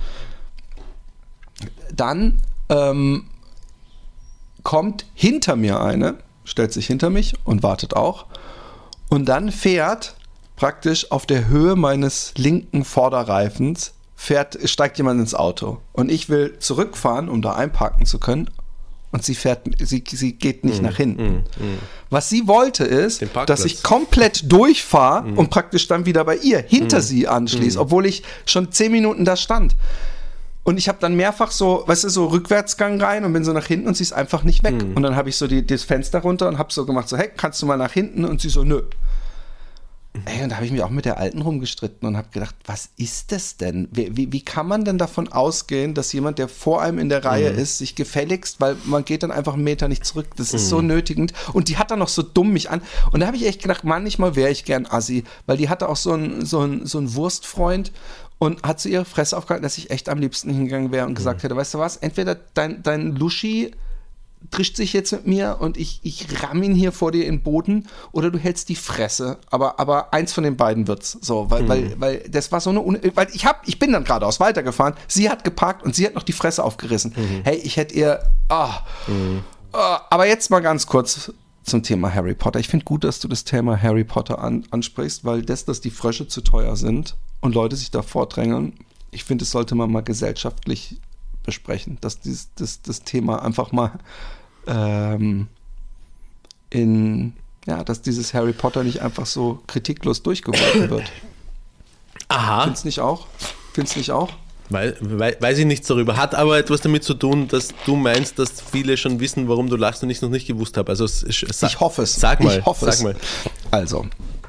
Dann ähm, kommt hinter mir eine, stellt sich hinter mich und wartet auch. Und dann fährt praktisch auf der Höhe meines linken Vorderreifens, fährt, steigt jemand ins Auto. Und ich will zurückfahren, um da einparken zu können. Und sie fährt, sie, sie geht nicht mm, nach hinten. Mm, mm. Was sie wollte ist, dass ich komplett durchfahre mm. und praktisch dann wieder bei ihr hinter mm. sie anschließe, mm. obwohl ich schon zehn Minuten da stand. Und ich habe dann mehrfach so, weißt du, so Rückwärtsgang rein und bin so nach hinten und sie ist einfach nicht weg. Mm. Und dann habe ich so die, das Fenster runter und habe so gemacht, so, hey, kannst du mal nach hinten? Und sie so, nö. Ey, und da habe ich mich auch mit der Alten rumgestritten und habe gedacht, was ist das denn? Wie, wie, wie kann man denn davon ausgehen, dass jemand, der vor einem in der Reihe mhm. ist, sich gefälligst, weil man geht dann einfach einen Meter nicht zurück. Das ist mhm. so nötigend. Und die hat dann noch so dumm mich an. Und da habe ich echt gedacht, manchmal wäre ich gern Assi, weil die hatte auch so einen so einen, so einen Wurstfreund und hat so ihre Fresse aufgehalten, dass ich echt am liebsten hingegangen wäre und gesagt mhm. hätte, weißt du was, entweder dein, dein Luschi trischt sich jetzt mit mir und ich, ich ramm ihn hier vor dir in den Boden oder du hältst die Fresse. Aber, aber eins von den beiden wird's. So, weil, mhm. weil, weil das war so eine, Un- weil ich hab, ich bin dann geradeaus weitergefahren, sie hat geparkt und sie hat noch die Fresse aufgerissen. Mhm. Hey, ich hätte ihr, ah, mhm. ah, aber jetzt mal ganz kurz zum Thema Harry Potter. Ich finde gut, dass du das Thema Harry Potter an, ansprichst, weil das, dass die Frösche zu teuer sind und Leute sich da vordrängeln, ich finde, das sollte man mal gesellschaftlich besprechen, dass dieses, das, das Thema einfach mal ähm, in, ja, dass dieses Harry Potter nicht einfach so kritiklos durchgeworfen wird. Aha. Findest du nicht auch? Findest du nicht auch? Weil, weil, weiß ich nichts darüber. Hat aber etwas damit zu tun, dass du meinst, dass viele schon wissen, warum du lachst und ich es noch nicht gewusst habe. Also, sa- ich hoffe es. Sag mal. Ich hoffe sag es. mal. Also.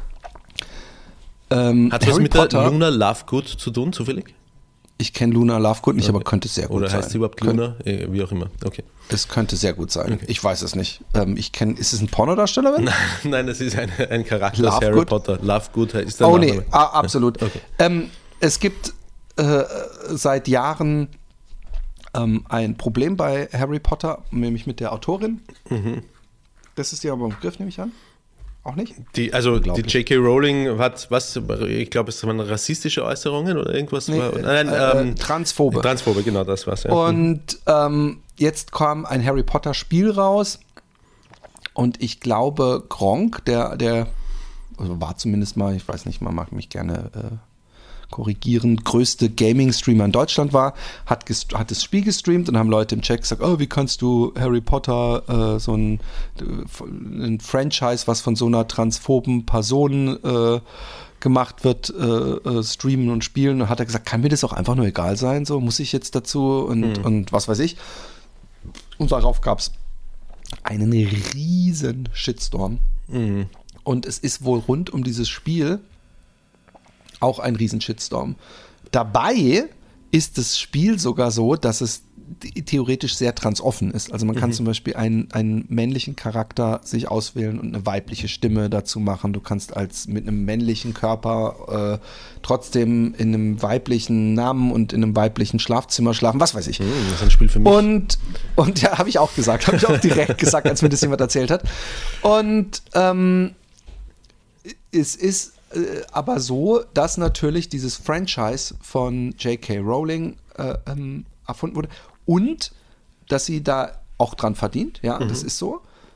Ähm, Hat was Harry mit Potter, der Luna Lovegood zu tun, zufällig? Ich kenne Luna Lovegood nicht, Okay. aber könnte sehr gut Oder sein. heißt sie überhaupt Luna? Äh, wie auch immer. Okay. Es könnte sehr gut sein. Okay. Ich weiß es nicht. Ähm, ich kenne, ist es ein Pornodarstellerin? Nein, das ist ein, ein Charakter aus Lovegood? Harry Potter. Lovegood ist der Oh Name. nee, ah, absolut. Okay. Ähm, es gibt äh, seit Jahren ähm, ein Problem bei Harry Potter, nämlich mit der Autorin. Mhm. Das ist dir aber im Griff, nehme ich an. Auch nicht? Die, also die Unglaublich. J K. Rowling hat, was, ich glaube, es waren rassistische Äußerungen oder irgendwas. Nee, war, äh, nein, äh, ähm, Transphobe. Transphobe, genau, das war's. Ja. Und ähm, jetzt kam ein Harry Potter Spiel raus und ich glaube Gronk, der, der also war zumindest mal, ich weiß nicht, man mag mich gerne äh, korrigieren, größte Gaming-Streamer in Deutschland war, hat, gest- hat das Spiel gestreamt und haben Leute im Chat gesagt, oh, wie kannst du Harry Potter, äh, so ein, ein Franchise, was von so einer transphoben Person äh, gemacht wird, äh, äh, streamen und spielen. Und hat er gesagt, kann mir das auch einfach nur egal sein, so muss ich jetzt dazu und, mhm. und was weiß ich. Und darauf gab es einen riesen Shitstorm. Mhm. Und es ist wohl rund um dieses Spiel auch ein riesen Shitstorm. Dabei ist das Spiel sogar so, dass es theoretisch sehr transoffen ist. Also man kann mhm. zum Beispiel einen, einen männlichen Charakter sich auswählen und eine weibliche Stimme dazu machen. Du kannst als mit einem männlichen Körper äh, trotzdem in einem weiblichen Namen und in einem weiblichen Schlafzimmer schlafen, was weiß ich. Mhm, das ist ein Spiel für mich. Und, und ja, habe ich auch gesagt, habe ich auch direkt gesagt, als mir das jemand erzählt hat. Und ähm, es ist äh, aber so, dass natürlich dieses Franchise von J K. Rowling äh, ähm, erfunden wurde und dass sie da auch dran verdient, ja, mhm. das ist so.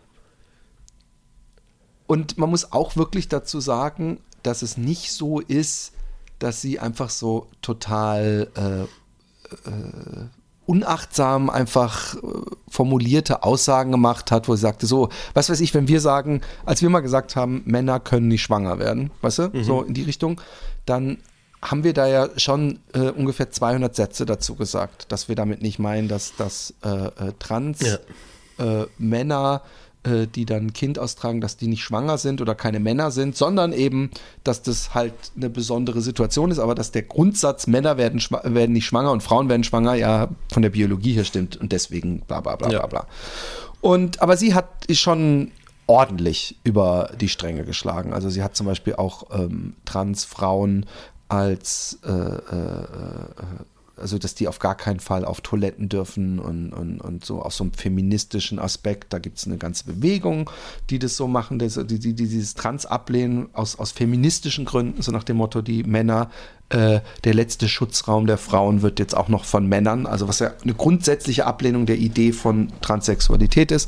Und man muss auch wirklich dazu sagen, dass es nicht so ist, dass sie einfach so total äh, äh, unachtsam einfach äh, formulierte Aussagen gemacht hat, wo sie sagte, so, was weiß ich, wenn wir sagen, als wir mal gesagt haben, Männer können nicht schwanger werden, weißt du, mhm. so in die Richtung, dann haben wir da ja schon äh, ungefähr zweihundert Sätze dazu gesagt, dass wir damit nicht meinen, dass, dass äh, äh, Trans ja. äh, Männer, äh, die dann ein Kind austragen, dass die nicht schwanger sind oder keine Männer sind, sondern eben, dass das halt eine besondere Situation ist, aber dass der Grundsatz, Männer werden, schwa- werden nicht schwanger und Frauen werden schwanger, ja von der Biologie her stimmt und deswegen bla bla bla ja. bla bla. Und, aber sie hat schon ordentlich über die Stränge geschlagen. Also sie hat zum Beispiel auch ähm, Transfrauen als, äh, äh, also dass die auf gar keinen Fall auf Toiletten dürfen und, und, und so aus so einem feministischen Aspekt, da gibt es eine ganze Bewegung, die das so machen, das, die, die, die dieses Trans ablehnen aus, aus feministischen Gründen, so nach dem Motto, die Männer, äh, der letzte Schutzraum der Frauen wird jetzt auch noch von Männern, also was ja eine grundsätzliche Ablehnung der Idee von Transsexualität ist.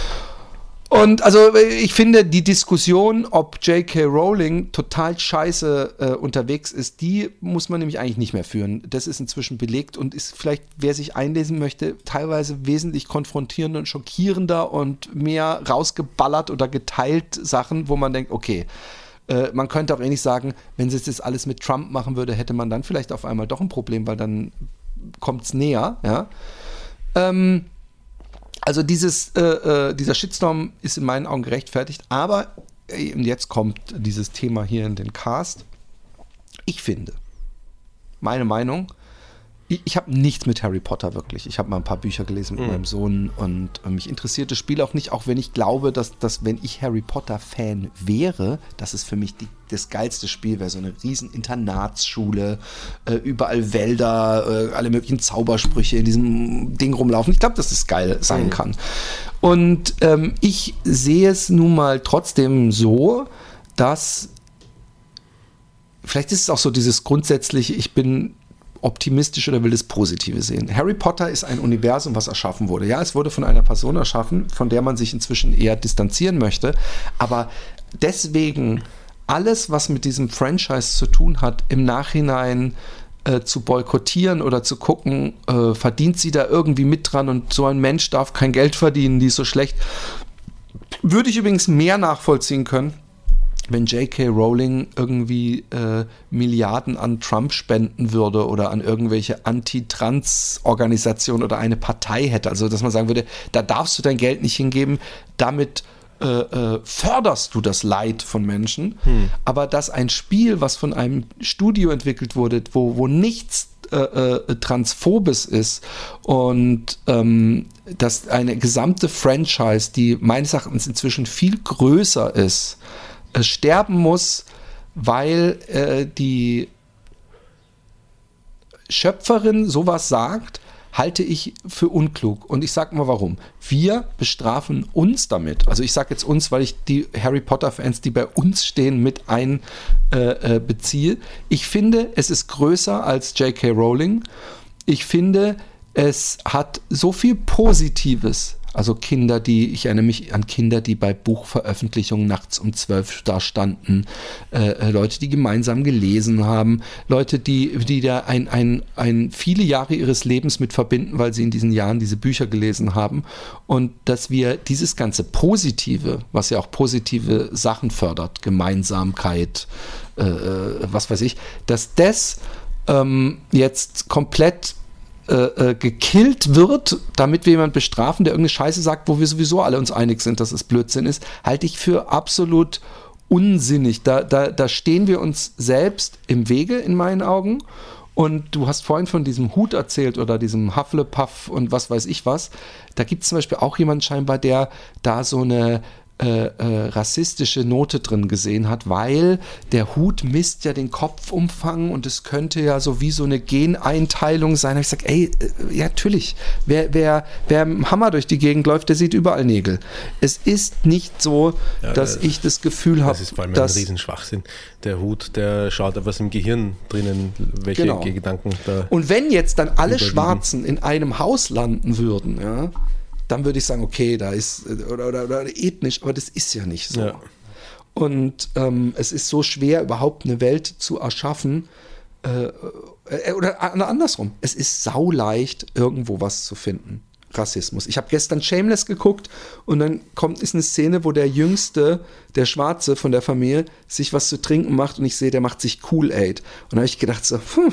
Und also ich finde, die Diskussion, ob J K. Rowling total scheiße äh, unterwegs ist, die muss man nämlich eigentlich nicht mehr führen. Das ist inzwischen belegt und ist vielleicht, wer sich einlesen möchte, teilweise wesentlich konfrontierender und schockierender und mehr rausgeballert oder geteilt Sachen, wo man denkt, okay, äh, man könnte auch ähnlich sagen, wenn sie jetzt das alles mit Trump machen würde, hätte man dann vielleicht auf einmal doch ein Problem, weil dann kommt es näher, ja. Ähm, Also dieses, äh, äh, dieser Shitstorm ist in meinen Augen gerechtfertigt, aber äh, jetzt kommt dieses Thema hier in den Cast. Ich finde, meine Meinung, ich, ich habe nichts mit Harry Potter wirklich. Ich habe mal ein paar Bücher gelesen mit mhm. meinem Sohn und äh, mich interessiert das Spiel auch nicht, auch wenn ich glaube, dass, dass wenn ich Harry Potter Fan wäre, dass es für mich die, das geilste Spiel wäre, so eine riesen Internatsschule, äh, überall Wälder, äh, alle möglichen Zaubersprüche in diesem Ding rumlaufen. Ich glaube, dass das geil sein mhm. kann. Und ähm, ich sehe es nun mal trotzdem so, dass vielleicht ist es auch so dieses grundsätzliche, ich bin optimistisch oder will das Positive sehen. Harry Potter ist ein Universum, was erschaffen wurde. Ja, es wurde von einer Person erschaffen, von der man sich inzwischen eher distanzieren möchte, aber deswegen alles, was mit diesem Franchise zu tun hat, im Nachhinein äh, zu boykottieren oder zu gucken, äh, verdient sie da irgendwie mit dran und so ein Mensch darf kein Geld verdienen, die ist so schlecht, würde ich übrigens mehr nachvollziehen können, wenn J K. Rowling irgendwie äh, Milliarden an Trump spenden würde oder an irgendwelche Anti-Trans-Organisationen oder eine Partei hätte. Also, dass man sagen würde, da darfst du dein Geld nicht hingeben, damit äh, äh, förderst du das Leid von Menschen. Hm. Aber dass ein Spiel, was von einem Studio entwickelt wurde, wo, wo nichts äh, äh, Transphobes ist und ähm, dass eine gesamte Franchise, die meines Erachtens inzwischen viel größer ist, sterben muss, weil äh, die Schöpferin sowas sagt, halte ich für unklug. Und ich sage mal warum. Wir bestrafen uns damit. Also ich sage jetzt uns, weil ich die Harry Potter-Fans, die bei uns stehen, mit einbeziehe. Äh, ich finde, es ist größer als J K. Rowling. Ich finde, es hat so viel Positives. Also Kinder, die, ich erinnere mich an Kinder, die bei Buchveröffentlichungen nachts um zwölf da standen, äh, Leute, die gemeinsam gelesen haben, Leute, die, die da ein, ein, ein viele Jahre ihres Lebens mit verbinden, weil sie in diesen Jahren diese Bücher gelesen haben und dass wir dieses ganze Positive, was ja auch positive Sachen fördert, Gemeinsamkeit, äh, was weiß ich, dass das ähm, jetzt komplett Äh, äh, gekillt wird, damit wir jemanden bestrafen, der irgendeine Scheiße sagt, wo wir sowieso alle uns einig sind, dass es Blödsinn ist, halte ich für absolut unsinnig. Da, da, da stehen wir uns selbst im Wege in meinen Augen. Und du hast vorhin von diesem Hut erzählt oder diesem Hufflepuff und was weiß ich was. Da gibt es zum Beispiel auch jemanden scheinbar, der da so eine Äh, äh, rassistische Note drin gesehen hat, weil der Hut misst ja den Kopfumfang und es könnte ja so wie so eine Geneinteilung sein. Da hab ich gesagt, ey, äh, ja natürlich, wer, wer, wer mit dem Hammer durch die Gegend läuft, der sieht überall Nägel. Es ist nicht so, ja, dass das, ich das Gefühl habe, das ist vor allem ein Riesenschwachsinn. Der Hut, der schaut, was im Gehirn drinnen, welche genau. Gedanken da. Und wenn jetzt dann alle überwiegen. Schwarzen in einem Haus landen würden, ja, dann würde ich sagen, okay, da ist, oder, oder, oder ethnisch, aber das ist ja nicht so. Ja. Und ähm, es ist so schwer, überhaupt eine Welt zu erschaffen, äh, äh, oder andersrum, es ist sauleicht, irgendwo was zu finden. Rassismus. Ich habe gestern Shameless geguckt und dann kommt ist eine Szene, wo der Jüngste, der Schwarze von der Familie, sich was zu trinken macht und ich sehe, der macht sich Kool-Aid. Und da habe ich gedacht so, hm,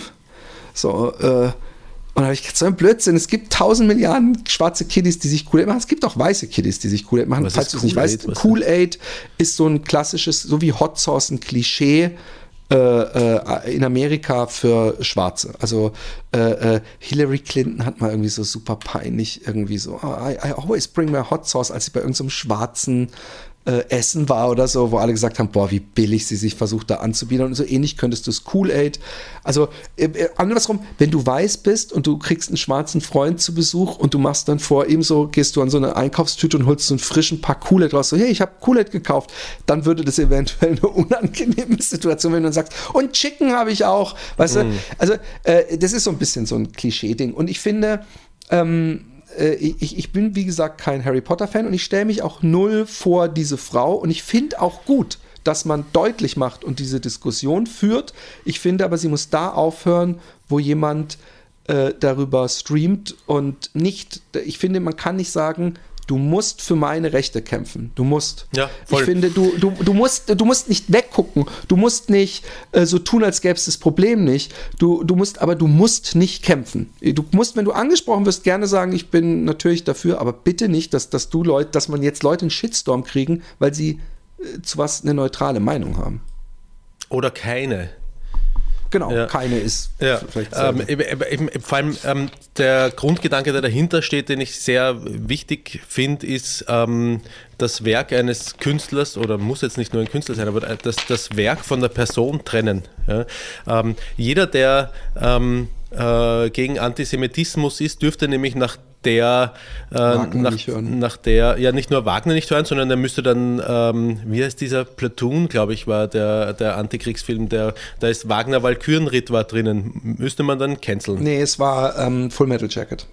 so, äh, und da habe ich gedacht, so ein Blödsinn, es gibt tausend Milliarden schwarze Kiddies, die sich Kool-Aid machen. Es gibt auch weiße Kiddies, die sich Kool-Aid machen. Was Falls du es nicht Kool-Aid? weißt, Kool-Aid ist so ein klassisches, so wie Hot Sauce, ein Klischee äh, äh, in Amerika für Schwarze. Also äh, äh, Hillary Clinton hat mal irgendwie so super peinlich irgendwie so, oh, I, I always bring my Hot Sauce, als sie bei irgendeinem schwarzen Äh, Essen war oder so, wo alle gesagt haben, boah, wie billig sie sich versucht da anzubieten und so ähnlich könntest du es Kool-Aid. Also äh, äh, andersrum, wenn du weiß bist und du kriegst einen schwarzen Freund zu Besuch und du machst dann vor ihm so, gehst du an so eine Einkaufstüte und holst so einen frischen Pack Kool-Aid raus, so, hey, ich habe Kool-Aid gekauft, dann würde das eventuell eine unangenehme Situation, wenn du dann sagst, und Chicken habe ich auch, weißt mm. du, also äh, das ist so ein bisschen so ein Klischee-Ding und ich finde, ähm, Ich, ich bin, wie gesagt, kein Harry Potter-Fan und ich stelle mich auch null vor diese Frau und ich finde auch gut, dass man deutlich macht und diese Diskussion führt. Ich finde aber, sie muss da aufhören, wo jemand äh, darüber streamt und nicht, ich finde, man kann nicht sagen, du musst für meine Rechte kämpfen. Du musst. Ja, voll. Ich finde, du, du, du, musst, du musst nicht weggucken. Du musst nicht äh, so tun, als gäbe es das Problem nicht. Du, du musst, aber du musst nicht kämpfen. Du musst, wenn du angesprochen wirst, gerne sagen, ich bin natürlich dafür, aber bitte nicht, dass, dass du Leute, dass man jetzt Leute einen Shitstorm kriegen, weil sie äh, zu was eine neutrale Meinung haben. Oder keine. Genau, ja. keine ist ja. vielleicht ähm, eben, eben, vor allem ähm, der Grundgedanke, der dahinter steht, den ich sehr wichtig finde, ist ähm, das Werk eines Künstlers, oder muss jetzt nicht nur ein Künstler sein, aber das, das Werk von der Person trennen. Ja? Ähm, jeder, der ähm, äh, gegen Antisemitismus ist, dürfte nämlich nach der, äh, nach, nach der, ja nicht nur Wagner nicht hören, sondern der müsste dann, ähm, wie heißt dieser Platoon, glaube ich, war der, der Antikriegsfilm, der, da ist Wagner Walkürenritt war drinnen, müsste man dann canceln. Nee, es war ähm, Full Metal Jacket.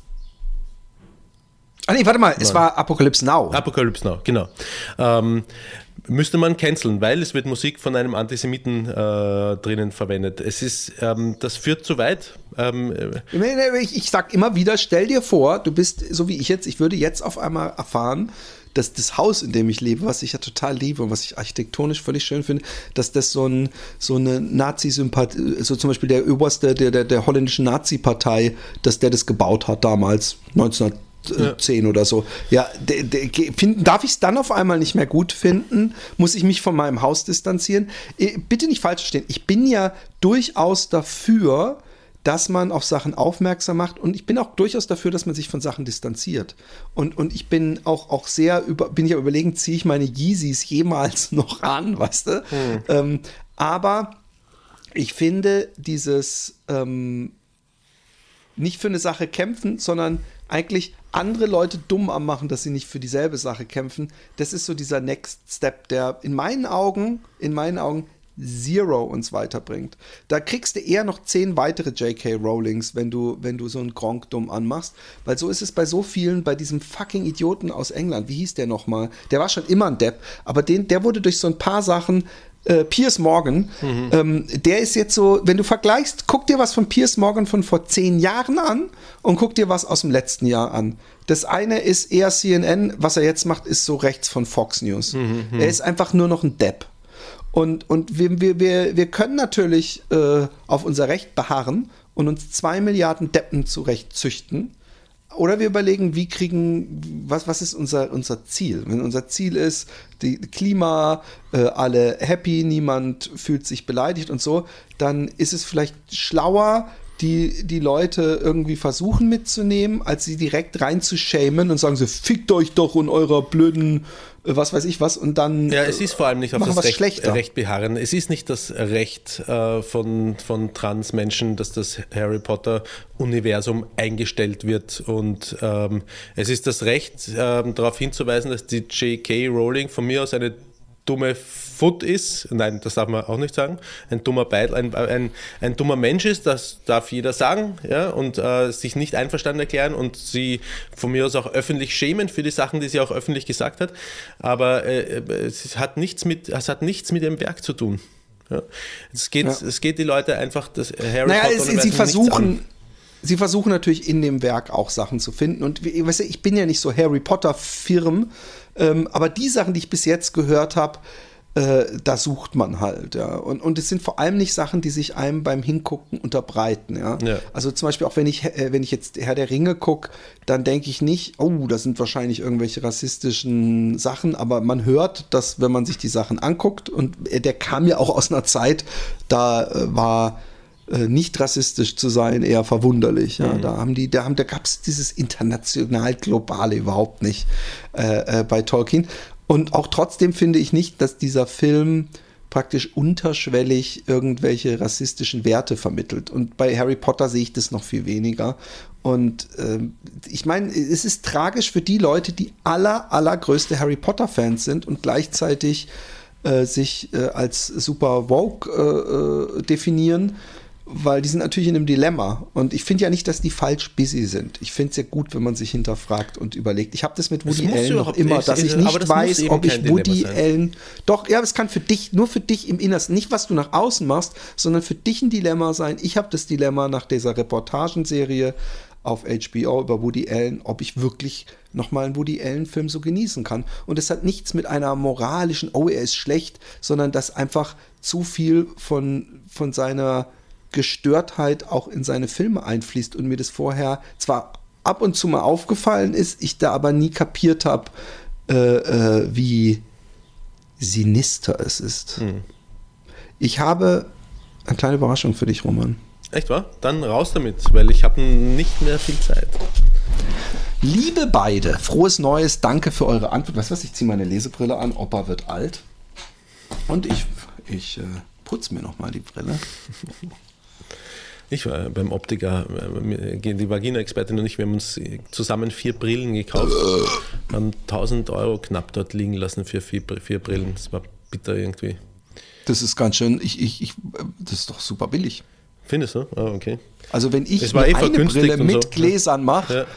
Ah nee, warte mal, es war Apocalypse Now. Apocalypse Now, genau. Ähm, müsste man canceln, weil es wird Musik von einem Antisemiten äh, drinnen verwendet. Es ist, ähm, das führt zu weit. Ähm, ich, ich sag immer wieder, stell dir vor, du bist so wie ich jetzt, ich würde jetzt auf einmal erfahren, dass das Haus, in dem ich lebe, was ich ja total liebe und was ich architektonisch völlig schön finde, dass das so, ein, so eine Nazi-Sympathie, so zum Beispiel der Oberste der, der, der holländischen Nazi-Partei, dass der das gebaut hat damals, neunzehnhundertzehn ja. oder so. Ja, de, de, finden, darf ich es dann auf einmal nicht mehr gut finden? Muss ich mich von meinem Haus distanzieren? Bitte nicht falsch verstehen. Ich bin ja durchaus dafür, dass man auf Sachen aufmerksam macht und ich bin auch durchaus dafür, dass man sich von Sachen distanziert. Und, und ich bin auch, auch sehr, über, bin ja überlegen, ziehe ich meine Yeezys jemals noch an, weißt du? Hm. Ähm, aber ich finde dieses ähm, nicht für eine Sache kämpfen, sondern eigentlich andere Leute dumm am machen, dass sie nicht für dieselbe Sache kämpfen. Das ist so dieser Next Step, der in meinen Augen, in meinen Augen Zero uns weiterbringt. Da kriegst du eher noch zehn weitere J K Rowlings, wenn du, wenn du so einen Gronk dumm anmachst, weil so ist es bei so vielen, bei diesem fucking Idioten aus England, wie hieß der nochmal? Der war schon immer ein Depp, aber den, der wurde durch so ein paar Sachen, äh, Piers Morgan, mhm. ähm, der ist jetzt so, wenn du vergleichst, guck dir was von Piers Morgan von vor zehn Jahren an und guck dir was aus dem letzten Jahr an. Das eine ist eher C N N, was er jetzt macht, ist so rechts von Fox News. Mhm, er ist einfach nur noch ein Depp. Und, und wir, wir, wir, wir können natürlich äh, auf unser Recht beharren und uns zwei Milliarden Deppen zurechtzüchten. Oder wir überlegen, wie kriegen, was, was ist unser, unser Ziel? Wenn unser Ziel ist, die Klima, äh, alle happy, niemand fühlt sich beleidigt und so, dann ist es vielleicht schlauer, die, die Leute irgendwie versuchen mitzunehmen, als sie direkt reinzuschämen und sagen so, fickt euch doch in eurer blöden, was weiß ich was, und dann ja, es ist vor allem nicht auf das Recht, Recht beharren. Es ist nicht das Recht äh, von, von Transmenschen, dass das Harry Potter-Universum eingestellt wird, und ähm, es ist das Recht, äh, darauf hinzuweisen, dass die J K Rowling von mir aus eine dumme Foot ist, nein, das darf man auch nicht sagen, ein dummer Beidel, ein, ein, ein dummer Mensch ist, das darf jeder sagen, ja, und äh, sich nicht einverstanden erklären und sie von mir aus auch öffentlich schämen für die Sachen, die sie auch öffentlich gesagt hat, aber äh, es hat nichts mit, es hat nichts mit dem Werk zu tun. Ja. Es geht, ja. es geht die Leute einfach, das Harry naja, Potter es, sie versuchen sie versuchen natürlich in dem Werk auch Sachen zu finden. Und weißt du, ich bin ja nicht so Harry Potter-Firm, ähm, aber die Sachen, die ich bis jetzt gehört habe, äh, da sucht man halt. Ja. Und, und es sind vor allem nicht Sachen, die sich einem beim Hingucken unterbreiten. Ja. Ja. Also zum Beispiel auch wenn ich, äh, wenn ich jetzt Herr der Ringe gucke, dann denke ich nicht, oh, das sind wahrscheinlich irgendwelche rassistischen Sachen, aber man hört, dass wenn man sich die Sachen anguckt, und der kam ja auch aus einer Zeit, da äh, war nicht rassistisch zu sein, eher verwunderlich. Ja. Mhm. Da haben die, da haben, da gab es dieses international-globale überhaupt nicht äh, äh, bei Tolkien. Und auch trotzdem finde ich nicht, dass dieser Film praktisch unterschwellig irgendwelche rassistischen Werte vermittelt. Und bei Harry Potter sehe ich das noch viel weniger. Und äh, ich meine, es ist tragisch für die Leute, die aller, allergrößte Harry Potter-Fans sind und gleichzeitig äh, sich äh, als super woke äh, äh, definieren, weil die sind natürlich in einem Dilemma. Und ich finde ja nicht, dass die falsch busy sind. Ich finde es ja gut, wenn man sich hinterfragt und überlegt. Ich habe das mit Woody Allen noch immer, dass ich nicht das weiß, ob ich Woody Allen... Doch, ja, es kann für dich, nur für dich im Innersten, nicht was du nach außen machst, sondern für dich ein Dilemma sein. Ich habe das Dilemma nach dieser Reportagenserie auf H B O über Woody Allen, ob ich wirklich nochmal einen Woody Allen-Film so genießen kann. Und es hat nichts mit einer moralischen, oh, er ist schlecht, sondern dass einfach zu viel von, von seiner Gestörtheit auch in seine Filme einfließt und mir das vorher zwar ab und zu mal aufgefallen ist, ich da aber nie kapiert habe, äh, äh, wie sinister es ist. Hm. Ich habe eine kleine Überraschung für dich, Roman. Echt wahr? Dann raus damit, weil ich habe nicht mehr viel Zeit. Liebe beide, frohes Neues, danke für eure Antwort. Weißt du was, ich ziehe meine Lesebrille an, Opa wird alt. Und ich, ich äh, putze mir nochmal die Brille. Ich war beim Optiker, die Vagina-Expertin und ich, wir haben uns zusammen vier Brillen gekauft, haben tausend Euro knapp dort liegen lassen für vier, vier Brillen. Das war bitter irgendwie. Das ist ganz schön, ich, ich, ich, das ist doch super billig. Findest du? Ah, okay. Also wenn ich eh eine Brille mit so. Gläsern mache, ja.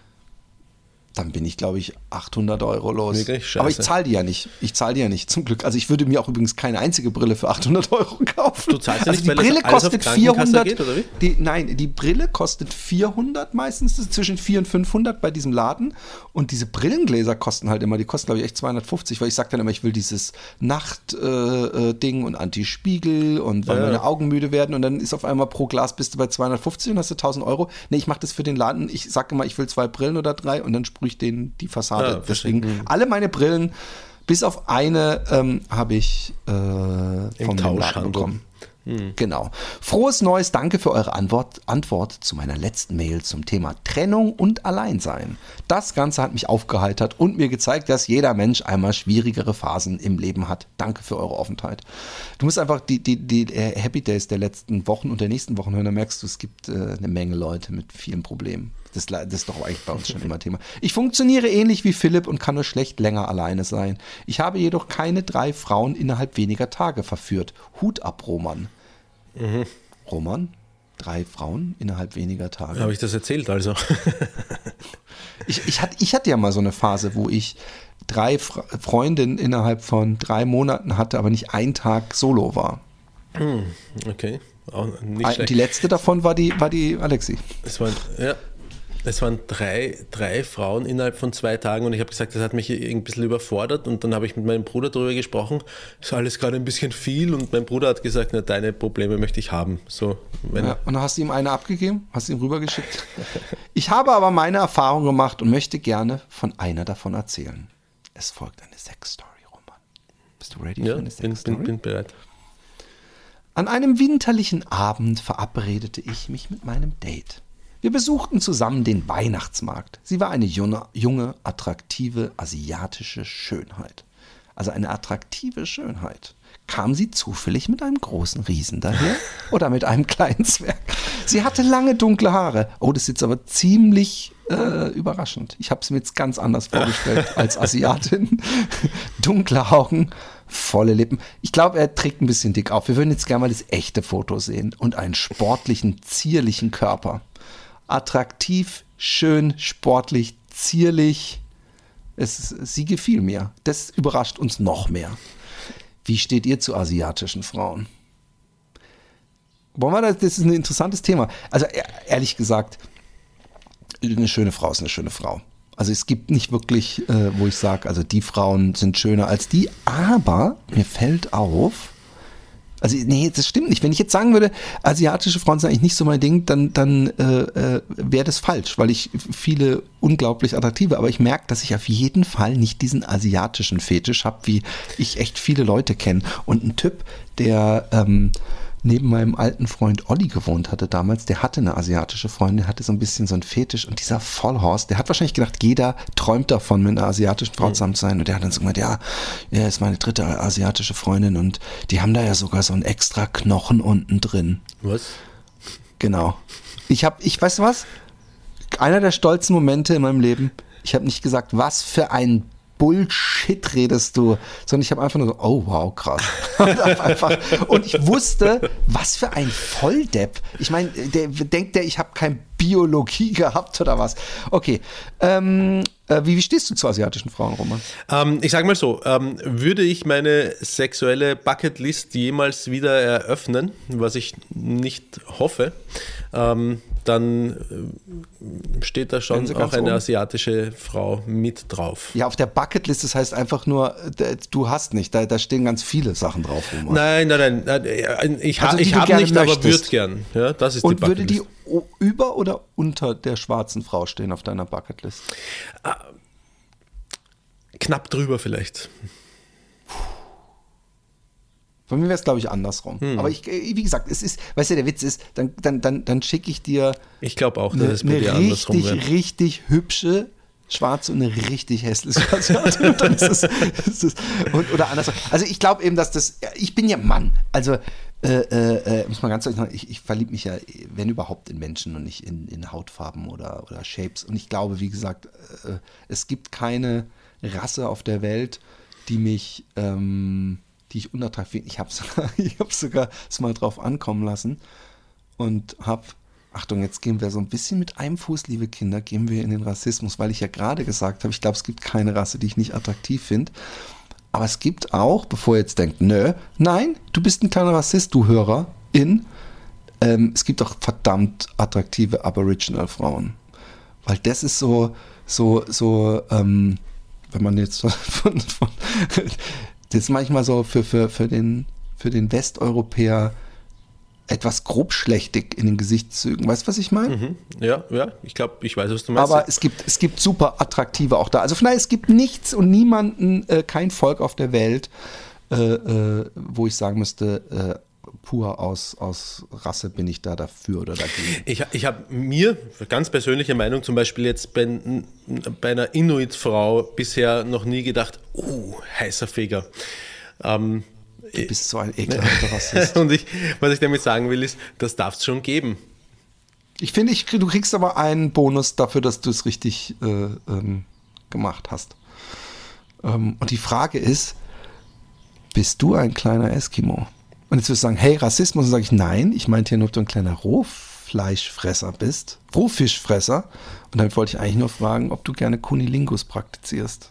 dann bin ich, glaube ich, achthundert Euro los. Wirklich? Aber ich zahle die ja nicht. Ich zahle die ja nicht, zum Glück. Also ich würde mir auch übrigens keine einzige Brille für achthundert Euro kaufen. Du zahlst ja also nicht, die weil Brille das alles kostet auf vierhundert. Geht, oder wie? Die, nein, die Brille kostet vierhundert meistens, das ist zwischen vierhundert und fünfhundert bei diesem Laden. Und diese Brillengläser kosten halt immer, die kosten, glaube ich, echt zweihundertfünfzig, weil ich sage dann immer, ich will dieses Nacht-Ding äh, und Anti-Spiegel und weil ja. meine Augen müde werden. Und dann ist auf einmal pro Glas bist du bei zweihundertfünfzig und hast du tausend Euro. Nee, ich mache das für den Laden. Ich sage immer, ich will zwei Brillen oder drei und dann sprühe ich denen die Fassade. Ja, deswegen, mhm. alle meine Brillen, bis auf eine, ähm, habe ich äh, vom Laden bekommen. Mhm. Genau. Frohes Neues, danke für eure Antwort, Antwort zu meiner letzten Mail zum Thema Trennung und Alleinsein. Das Ganze hat mich aufgeheitert und mir gezeigt, dass jeder Mensch einmal schwierigere Phasen im Leben hat. Danke für eure Offenheit. Du musst einfach die, die, die Happy Days der letzten Wochen und der nächsten Wochen hören, dann merkst du, es gibt äh, eine Menge Leute mit vielen Problemen. Das, das ist doch eigentlich bei uns schon immer Thema. Ich funktioniere ähnlich wie Philipp und kann nur schlecht länger alleine sein. Ich habe jedoch keine drei Frauen innerhalb weniger Tage verführt. Hut ab, Roman. Mhm. Roman? Drei Frauen innerhalb weniger Tage? Habe ich das erzählt also? ich, ich, hatte, ich hatte ja mal so eine Phase, wo ich drei Fra- Freundinnen innerhalb von drei Monaten hatte, aber nicht einen Tag solo war. Okay. Auch nicht Ein, schlecht. Die letzte davon war die, war die Alexi. Es waren, ja, es waren drei, drei Frauen innerhalb von zwei Tagen und ich habe gesagt, das hat mich ein bisschen überfordert und dann habe ich mit meinem Bruder darüber gesprochen, ist alles gerade ein bisschen viel und mein Bruder hat gesagt, na, deine Probleme möchte ich haben. So, wenn ja, und dann hast du ihm eine abgegeben, hast du ihm rübergeschickt. Ich habe aber meine Erfahrung gemacht und möchte gerne von einer davon erzählen. Es folgt eine Sex-Story, Roman. Bist du ready ja, für eine bin, Sex-Story? bin, bin bereit. An einem winterlichen Abend verabredete ich mich mit meinem Date. Wir besuchten zusammen den Weihnachtsmarkt. Sie war eine junge, junge, attraktive, asiatische Schönheit. Also eine attraktive Schönheit. Kam sie zufällig mit einem großen Riesen daher oder mit einem kleinen Zwerg? Sie hatte lange dunkle Haare. Oh, das ist jetzt aber ziemlich äh, überraschend. Ich habe es mir jetzt ganz anders vorgestellt als Asiatin. Dunkle Augen, volle Lippen. Ich glaube, er trägt ein bisschen dick auf. Wir würden jetzt gerne mal das echte Foto sehen und einen sportlichen, zierlichen Körper. Attraktiv, schön, sportlich, zierlich. Es, sie gefiel mir. Das überrascht uns noch mehr. Wie steht ihr zu asiatischen Frauen? wollen wir das, das ist ein interessantes Thema. Also ehrlich gesagt, eine schöne Frau ist eine schöne Frau. Also es gibt nicht wirklich, äh, wo ich sage, also die Frauen sind schöner als die, aber mir fällt auf, also nee, das stimmt nicht. Wenn ich jetzt sagen würde, asiatische Frauen sind eigentlich nicht so mein Ding, dann, dann äh, äh, wäre das falsch, weil ich viele unglaublich attraktive, aber ich merke, dass ich auf jeden Fall nicht diesen asiatischen Fetisch habe, wie ich echt viele Leute kenne. Und ein Typ, der ähm, neben meinem alten Freund Olli gewohnt hatte damals, der hatte eine asiatische Freundin, hatte so ein bisschen so einen Fetisch und dieser Vollhorst, der hat wahrscheinlich gedacht, jeder träumt davon, mit einer asiatischen Frau zusammen zu sein und der hat dann so gemeint, ja, er ist meine dritte asiatische Freundin und die haben da ja sogar so einen extra Knochen unten drin. Was? Genau. Ich habe, ich weiß was, einer der stolzen Momente in meinem Leben, ich habe nicht gesagt, was für ein Bullshit redest du, sondern ich habe einfach nur so, oh wow, krass. Und, einfach, und ich wusste, was für ein Volldepp. Ich meine, der denkt der, ich habe keine Biologie gehabt oder was. Okay, ähm, äh, wie, wie stehst du zu asiatischen Frauen, Roman? Ähm, ich sage mal so, ähm, würde ich meine sexuelle Bucketlist jemals wieder eröffnen, was ich nicht hoffe, ähm, dann steht da schon auch eine asiatische Frau mit drauf. Ja, auf der Bucketlist, das heißt einfach nur, du hast nicht, da, da stehen ganz viele Sachen drauf. Roman. Nein, nein, nein, ich, also, ha, ich habe nicht, möchtest. aber würde gern. Ja, das ist Und die würde die über oder unter der schwarzen Frau stehen auf deiner Bucketlist? Ah, knapp drüber vielleicht. Bei mir wäre es, glaube ich, andersrum. Hm. Aber ich, wie gesagt, es ist, weißt du, der Witz ist, dann, dann, dann, dann schicke ich dir ich glaube auch, eine, dass es bei dir eine andersrum richtig, wäre. richtig hübsche schwarze und eine richtig hässliche Asiatin. Und dann ist es, ist es, und, oder andersrum. Also ich glaube eben, dass das, ich bin ja Mann, also äh, äh, muss man ganz deutlich sagen, ich, ich verliebe mich ja, wenn überhaupt, in Menschen und nicht in, in Hautfarben oder, oder Shapes. Und ich glaube, wie gesagt, äh, es gibt keine Rasse auf der Welt, die mich ähm, die ich unattraktiv finde. Ich habe ich hab sogar es mal drauf ankommen lassen und habe, Achtung, jetzt gehen wir so ein bisschen mit einem Fuß, liebe Kinder, gehen wir in den Rassismus, weil ich ja gerade gesagt habe, ich glaube, es gibt keine Rasse, die ich nicht attraktiv finde. Aber es gibt auch, bevor ihr jetzt denkt, nö, nein, du bist ein kleiner Rassist, du Hörerin, ähm, es gibt auch verdammt attraktive Aboriginal-Frauen. Weil das ist so, so, so, ähm, wenn man jetzt von, von das ist manchmal so für, für, für, den, für den Westeuropäer etwas grobschlächtig in den Gesichtszügen. Weißt du, was ich meine? Mhm. Ja, ja, ich glaube, ich weiß, was du meinst. Aber es gibt, es gibt super attraktive auch da. Also von daher, es gibt nichts und niemanden, äh, kein Volk auf der Welt, äh, äh, wo ich sagen müsste, äh, pur aus, aus Rasse bin ich da dafür oder dagegen. Ich, ich habe mir, ganz persönliche Meinung, zum Beispiel jetzt bei, bei einer Inuit-Frau bisher noch nie gedacht, oh, heißer Feger. Ähm, du bist so ein ekelhafter Rassist. Und ich, was ich damit sagen will, ist, das darf es schon geben. Ich finde, ich, du kriegst aber einen Bonus dafür, dass du es richtig äh, ähm, gemacht hast. Ähm, und die Frage ist, bist du ein kleiner Eskimo? Und jetzt wirst du sagen, hey, Rassismus. Und sage ich, nein, ich meinte ja nur, ob du ein kleiner Rohfleischfresser bist. Rohfischfresser. Und dann wollte ich eigentlich nur fragen, ob du gerne Kunilingus praktizierst.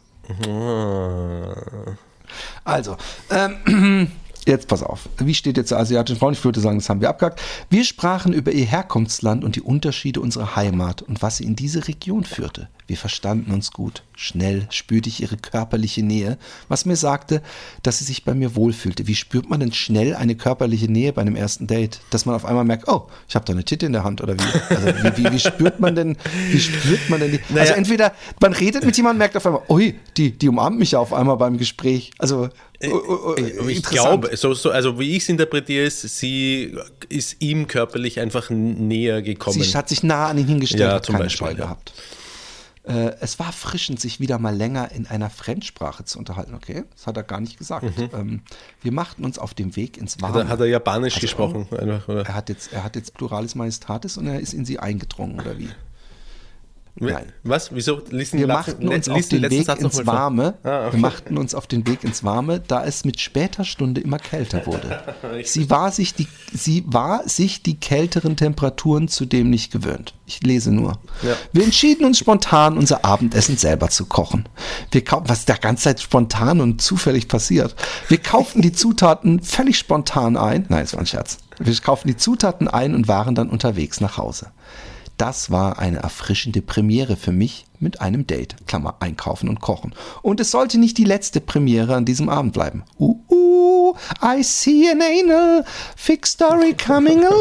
Mhm. Also, ähm, jetzt pass auf. Wie steht jetzt der asiatischen Frau? Ich würde sagen, das haben wir abgehakt. Wir sprachen über ihr Herkunftsland und die Unterschiede unserer Heimat und was sie in diese Region führte. Wir verstanden uns gut. Schnell spürte ich ihre körperliche Nähe, was mir sagte, dass sie sich bei mir wohlfühlte. Wie spürt man denn schnell eine körperliche Nähe bei einem ersten Date? Dass man auf einmal merkt, oh, ich habe da eine Titte in der Hand oder wie? Also wie, wie, wie spürt man denn, wie spürt man denn die? Naja. Also entweder man redet mit jemandem, merkt auf einmal, ui, die, die umarmt mich ja auf einmal beim Gespräch. Also Ich, ich glaube, so, so, also wie ich es interpretiere, ist, sie ist ihm körperlich einfach näher gekommen. Sie hat sich nah an ihn hingestellt, ja, hat zum keine Beispiel, Scheu ja. gehabt. Äh, es war erfrischend, sich wieder mal länger in einer Fremdsprache zu unterhalten. Okay, das hat er gar nicht gesagt. Mhm. Ähm, wir machten uns auf dem Weg ins Warme. Hat er, hat er Japanisch also, gesprochen? Einfach, oder? Er, hat jetzt, er hat jetzt Pluralis Majestatis und er ist in sie eingedrungen, oder wie? Nein. Was? Wieso? Listen, Wir lassen, machten uns listen, auf den Weg Satz noch ins mal vor. Warme. Ah, okay. Wir machten uns auf den Weg ins Warme, da es mit später Stunde immer kälter wurde. Sie war sich die, sie war sich die kälteren Temperaturen zudem nicht gewöhnt. Ich lese nur. Ja. Wir entschieden uns spontan, unser Abendessen selber zu kochen. Wir kauften, was der ganze Zeit spontan und zufällig passiert. Wir kauften die Zutaten völlig spontan ein. Nein, das war ein Scherz. Wir kauften die Zutaten ein und waren dann unterwegs nach Hause. Das war eine erfrischende Premiere für mich mit einem Date. Klammer, einkaufen und kochen. Und es sollte nicht die letzte Premiere an diesem Abend bleiben. Uh, uh, I see an anal fig story coming along.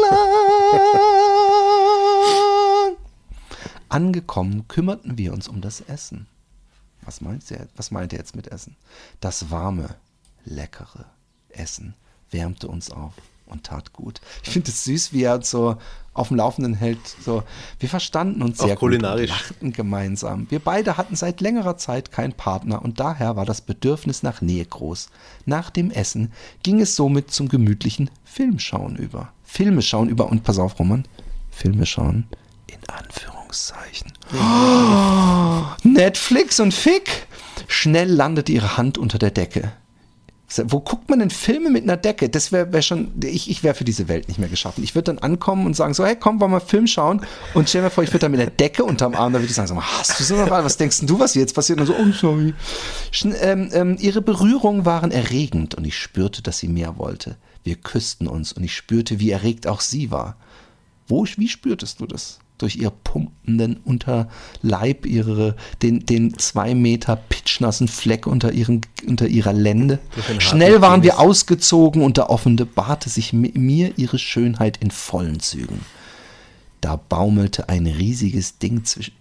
Angekommen kümmerten wir uns um das Essen. Was meint er, was meint er jetzt mit Essen? Das warme, leckere Essen wärmte uns auf und tat gut. Ich finde es süß, wie er uns so auf dem Laufenden hält. So, wir verstanden uns Auch sehr kulinarisch. gut und lachten gemeinsam. Wir beide hatten seit längerer Zeit keinen Partner und daher war das Bedürfnis nach Nähe groß. Nach dem Essen ging es somit zum gemütlichen Filmschauen über. Filme schauen über und pass auf, Roman, Filme schauen in Anführungszeichen. Oh, Netflix und Fick. Schnell landete ihre Hand unter der Decke. Wo guckt man denn Filme mit einer Decke? Das wäre wär schon, ich, ich wäre für diese Welt nicht mehr geschaffen. Ich würde dann ankommen und sagen so, hey, komm, wollen wir mal Film schauen? Und stell mir vor, ich würde dann mit einer Decke unterm Arm, da würde ich sagen, so, hast du so noch was? Was denkst denn du, was jetzt passiert? Und so, oh, sorry. Schn- ähm, ähm, ihre Berührungen waren erregend und ich spürte, dass sie mehr wollte. Wir küssten uns und ich spürte, wie erregt auch sie war. Wo, wie spürtest du das? Durch ihr pumpenden Unterleib, ihre, den, den zwei Meter pitschnassen Fleck unter, ihren, unter ihrer Lende. Schnell waren wir ausgezogen und da offenbarte sich mir ihre Schönheit in vollen Zügen. Da baumelte ein riesiges Ding zwischen...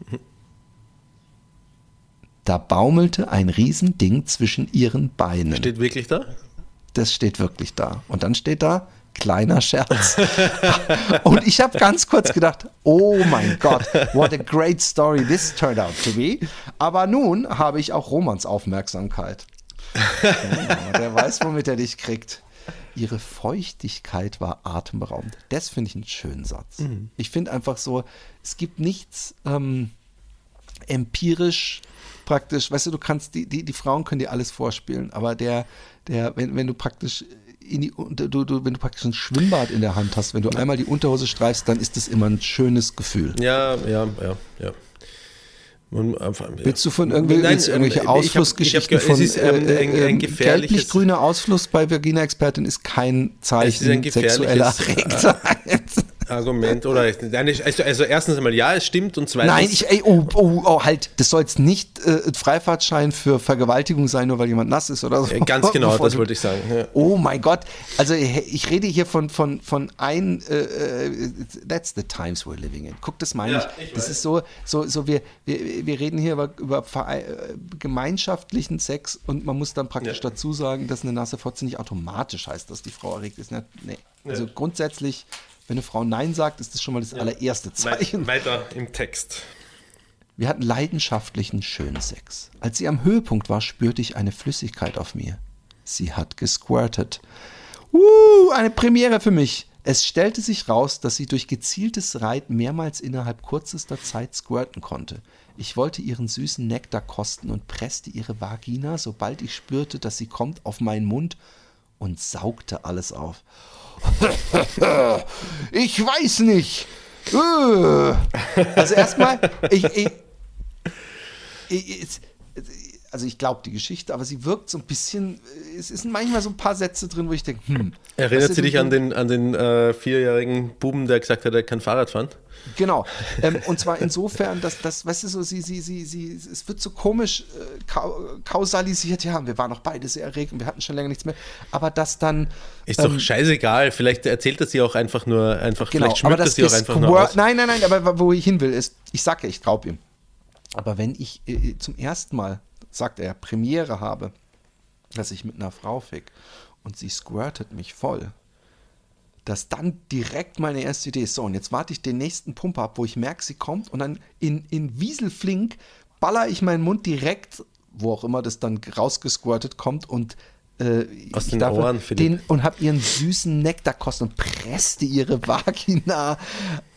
Da baumelte ein Riesending zwischen ihren Beinen. Steht wirklich da? Das steht wirklich da. Und dann steht da... Kleiner Scherz. Und ich habe ganz kurz gedacht, oh mein Gott, what a great story this turned out to be. Aber nun habe ich auch Romans Aufmerksamkeit. Ja, der weiß, womit er dich kriegt. Ihre Feuchtigkeit war atemberaubend. Das finde ich einen schönen Satz. Mhm. Ich finde einfach so, es gibt nichts ähm, empirisch praktisch, weißt du, du kannst, die, die, die Frauen können dir alles vorspielen, aber der, der, wenn, wenn du praktisch In die, du, du, wenn du praktisch ein Schwimmbad in der Hand hast, wenn du einmal die Unterhose streifst, dann ist das immer ein schönes Gefühl. Ja, ja, ja, ja. Und, äh, Willst du von irgendwelche, Nein, irgendwelche ich Ausflussgeschichten hab, ich hab, von es ist, ähm, ein, ein gefährliches, gelblich-grüner Ausfluss bei Vagina-Expertin ist kein Zeichen ist ein sexueller Erregtheit. Argument oder also, also erstens einmal ja, es stimmt und zweitens Nein, ich ey, oh, oh, oh, halt, das soll jetzt nicht äh, ein Freifahrtschein für Vergewaltigung sein, nur weil jemand nass ist oder so. Ganz genau, das du, wollte ich sagen. Ja. Oh mein Gott, also ich, ich rede hier von von von ein äh, that's the times we're living in. Guck, das meine Ja, ich. ich Das weiß. ist so so so wir wir, wir reden hier über, über Verei- äh, gemeinschaftlichen Sex und man muss dann praktisch Ja. dazu sagen, dass eine nasse Fotze nicht automatisch heißt, dass die Frau erregt ist. Ne? Nee. Also Ja. grundsätzlich, wenn eine Frau Nein sagt, ist das schon mal das allererste Zeichen. Weiter im Text. Wir hatten leidenschaftlichen, schönen Sex. Als sie am Höhepunkt war, spürte ich eine Flüssigkeit auf mir. Sie hat gesquirtet. Uh, eine Premiere für mich. Es stellte sich raus, dass sie durch gezieltes Reiten mehrmals innerhalb kürzester Zeit squirten konnte. Ich wollte ihren süßen Nektar kosten und presste ihre Vagina, sobald ich spürte, dass sie kommt, auf meinen Mund und saugte alles auf. Ich weiß nicht. Also erstmal, ich, ich, ich, also ich glaube die Geschichte, aber sie wirkt so ein bisschen, es sind manchmal so ein paar Sätze drin, wo ich denke, hm. Erinnert weißt sie du, dich du- an den, an den äh, vierjährigen Buben, der gesagt hat, er kann Fahrrad fahren? Genau. Ähm, und zwar insofern, dass das, weißt du, so, sie, sie, sie, sie, es wird so komisch äh, kau- kausalisiert, ja, wir waren auch beide sehr erregt und wir hatten schon länger nichts mehr, aber das dann. Ist doch ähm, scheißegal, vielleicht erzählt er sie auch einfach nur, einfach, Genau, vielleicht aber schmückt er das sie auch einfach nur Gesquir- aus. Nein, nein, nein, aber wo ich hin will, ist, ich sag ja, ich glaube ihm. Aber wenn ich äh, zum ersten Mal, sagt er, Premiere habe, dass ich mit einer Frau fick und sie squirtet mich voll, dass dann direkt meine erste Idee ist, so, und jetzt warte ich den nächsten Pump ab, wo ich merke, sie kommt und dann in, in Wieselflink baller ich meinen Mund direkt, wo auch immer das dann rausgesquirtet kommt und äh, Aus ich den darf Ohren, Philipp. den und habe ihren süßen Nektar kosten und presste ihre Vagina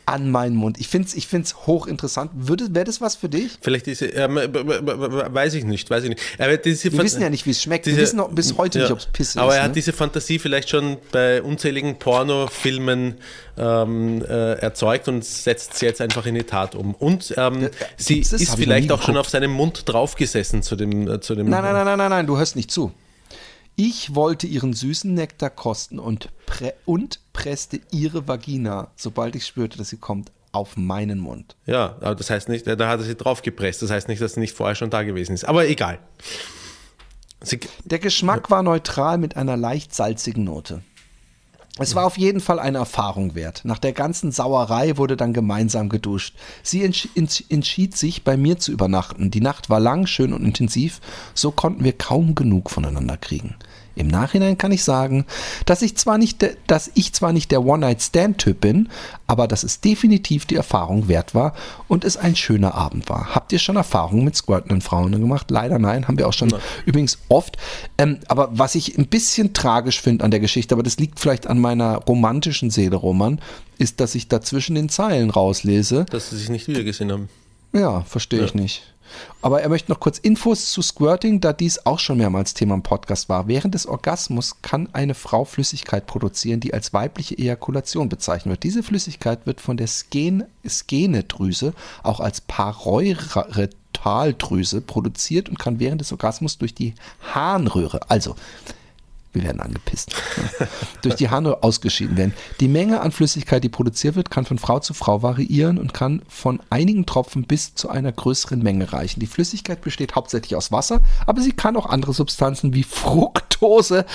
an meinen Mund. Ich finde es ich find's hochinteressant. Wäre das was für dich? Vielleicht ist ähm, weiß ich nicht, weiß ich nicht. Aber diese Wir Fan- wissen ja nicht, wie es schmeckt. diese, Wir wissen noch bis heute ja, nicht, ob es Pisse aber ist. er hat ne? diese Fantasie vielleicht schon bei unzähligen Pornofilmen ähm, äh, erzeugt und setzt sie jetzt einfach in die Tat um. Und ähm, sie gibt's das? ist Hab ich noch vielleicht nie auch schon geguckt. auf seinem Mund draufgesessen zu dem, äh, zu dem Nein, nein, nein, nein, nein, nein, du hörst nicht zu. Ich wollte ihren süßen Nektar kosten und, prä- und presste ihre Vagina, sobald ich spürte, dass sie kommt, auf meinen Mund. Ja, aber das heißt nicht, da hat er sie draufgepresst. Das heißt nicht, dass sie nicht vorher schon da gewesen ist. Aber egal. Sie, Der Geschmack war neutral mit einer leicht salzigen Note. Es war auf jeden Fall eine Erfahrung wert. Nach der ganzen Sauerei wurde dann gemeinsam geduscht. Sie entsch- entsch- entschied sich, bei mir zu übernachten. Die Nacht war lang, schön und intensiv. So konnten wir kaum genug voneinander kriegen. Im Nachhinein kann ich sagen, dass ich zwar nicht, de- dass ich zwar nicht der One-Night-Stand-Typ bin, aber dass es definitiv die Erfahrung wert war und es ein schöner Abend war. Habt ihr schon Erfahrungen mit squirtenden Frauen gemacht? Leider nein, haben wir auch schon Nein. übrigens oft. Ähm, aber was ich ein bisschen tragisch finde an der Geschichte, aber das liegt vielleicht an meiner romantischen Seele, Roman, ist, dass ich da zwischen den Zeilen rauslese. dass sie sich nicht wiedergesehen haben. Ja, verstehe ich Ja. nicht. Aber er möchte noch kurz Infos zu Squirting, da dies auch schon mehrmals Thema im Podcast war. Während des Orgasmus kann eine Frau Flüssigkeit produzieren, die als weibliche Ejakulation bezeichnet wird. Diese Flüssigkeit wird von der Sken- Skenedrüse, auch als Parorektaldrüse, produziert und kann während des Orgasmus durch die Harnröhre, also wir werden angepisst, durch die Harnröhre ausgeschieden werden. Die Menge an Flüssigkeit, die produziert wird, kann von Frau zu Frau variieren und kann von einigen Tropfen bis zu einer größeren Menge reichen. Die Flüssigkeit besteht hauptsächlich aus Wasser, aber sie kann auch andere Substanzen wie Fructose,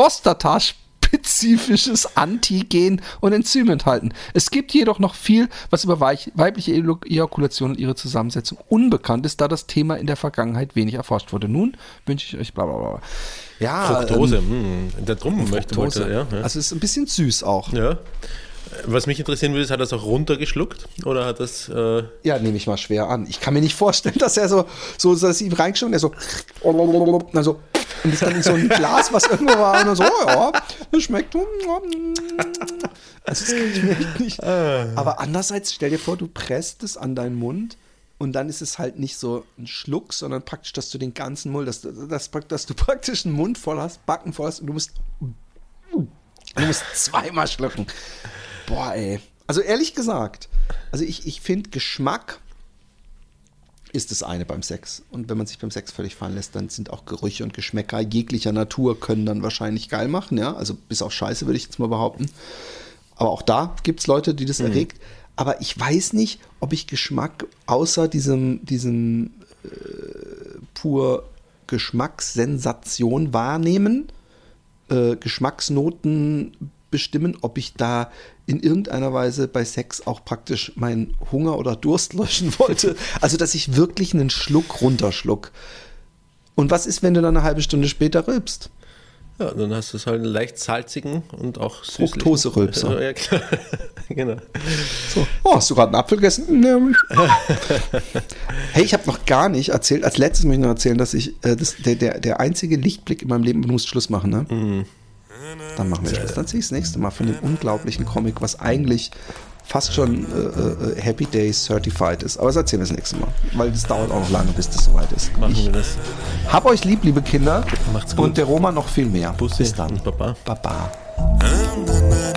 prostataspezifisches Antigen und Enzyme enthalten. Es gibt jedoch noch viel, was über weich, weibliche Ejakulation und ihre Zusammensetzung unbekannt ist, da das Thema in der Vergangenheit wenig erforscht wurde. Nun wünsche ich euch bla bla bla. Ja, Fructose, ähm, mh, der drum möchte Fructose. wollte, ja, ja. Also es ist ein bisschen süß auch. ja. Was mich interessieren würde, ist, hat er es auch runtergeschluckt oder hat das äh, Ja, nehme ich mal schwer an. Ich kann mir nicht vorstellen, dass er so, so dass ihm reingeschaut und er so, also, und das dann in so ein Glas, was irgendwo war, und dann so, oh, ja, das schmeckt. Also das kann ich mir echt nicht. Aber andererseits, stell dir vor, du presst es an deinen Mund und dann ist es halt nicht so ein Schluck, sondern praktisch, dass du den ganzen Mund, dass, dass, dass du praktisch einen Mund voll hast, Backen voll hast und du musst, du musst zweimal schlucken. Boah, ey. Also ehrlich gesagt, also ich, ich finde, Geschmack ist das eine beim Sex. Und wenn man sich beim Sex völlig fallen lässt, dann sind auch Gerüche und Geschmäcker jeglicher Natur können dann wahrscheinlich geil machen, ja. Also bis auf Scheiße würde ich jetzt mal behaupten. Aber auch da gibt es Leute, die das mhm. erregt. Aber ich weiß nicht, ob ich Geschmack außer diesem, diesem äh, pur Geschmackssensation wahrnehmen, äh, Geschmacksnoten bestimmen, ob ich da in irgendeiner Weise bei Sex auch praktisch meinen Hunger oder Durst löschen wollte. Also, dass ich wirklich einen Schluck runterschluck. Und was ist, wenn du dann eine halbe Stunde später rülpst? Ja, dann hast du es halt einen leicht salzigen und auch süßlichen. Fructose-Rülpser. Ja, klar. Genau. So. Oh, hast du gerade einen Apfel gegessen? Nee. Hey, ich habe noch gar nicht erzählt, als letztes möchte ich noch erzählen, dass ich, äh, das, der, der, der einzige Lichtblick in meinem Leben, du musst Schluss machen, ne? Mhm. Dann machen wir Schluss. Dann sehe ich das nächste Mal von dem unglaublichen Comic, was eigentlich fast schon äh, äh, Happy Days Certified ist. Aber das erzählen wir das nächste Mal, weil das dauert auch noch lange, bis das soweit ist. Machen ich wir das. Hab euch lieb, liebe Kinder. Macht's gut. Und der Roman noch viel mehr. Bussi Bis dann. und Baba. Baba. Na, na, na.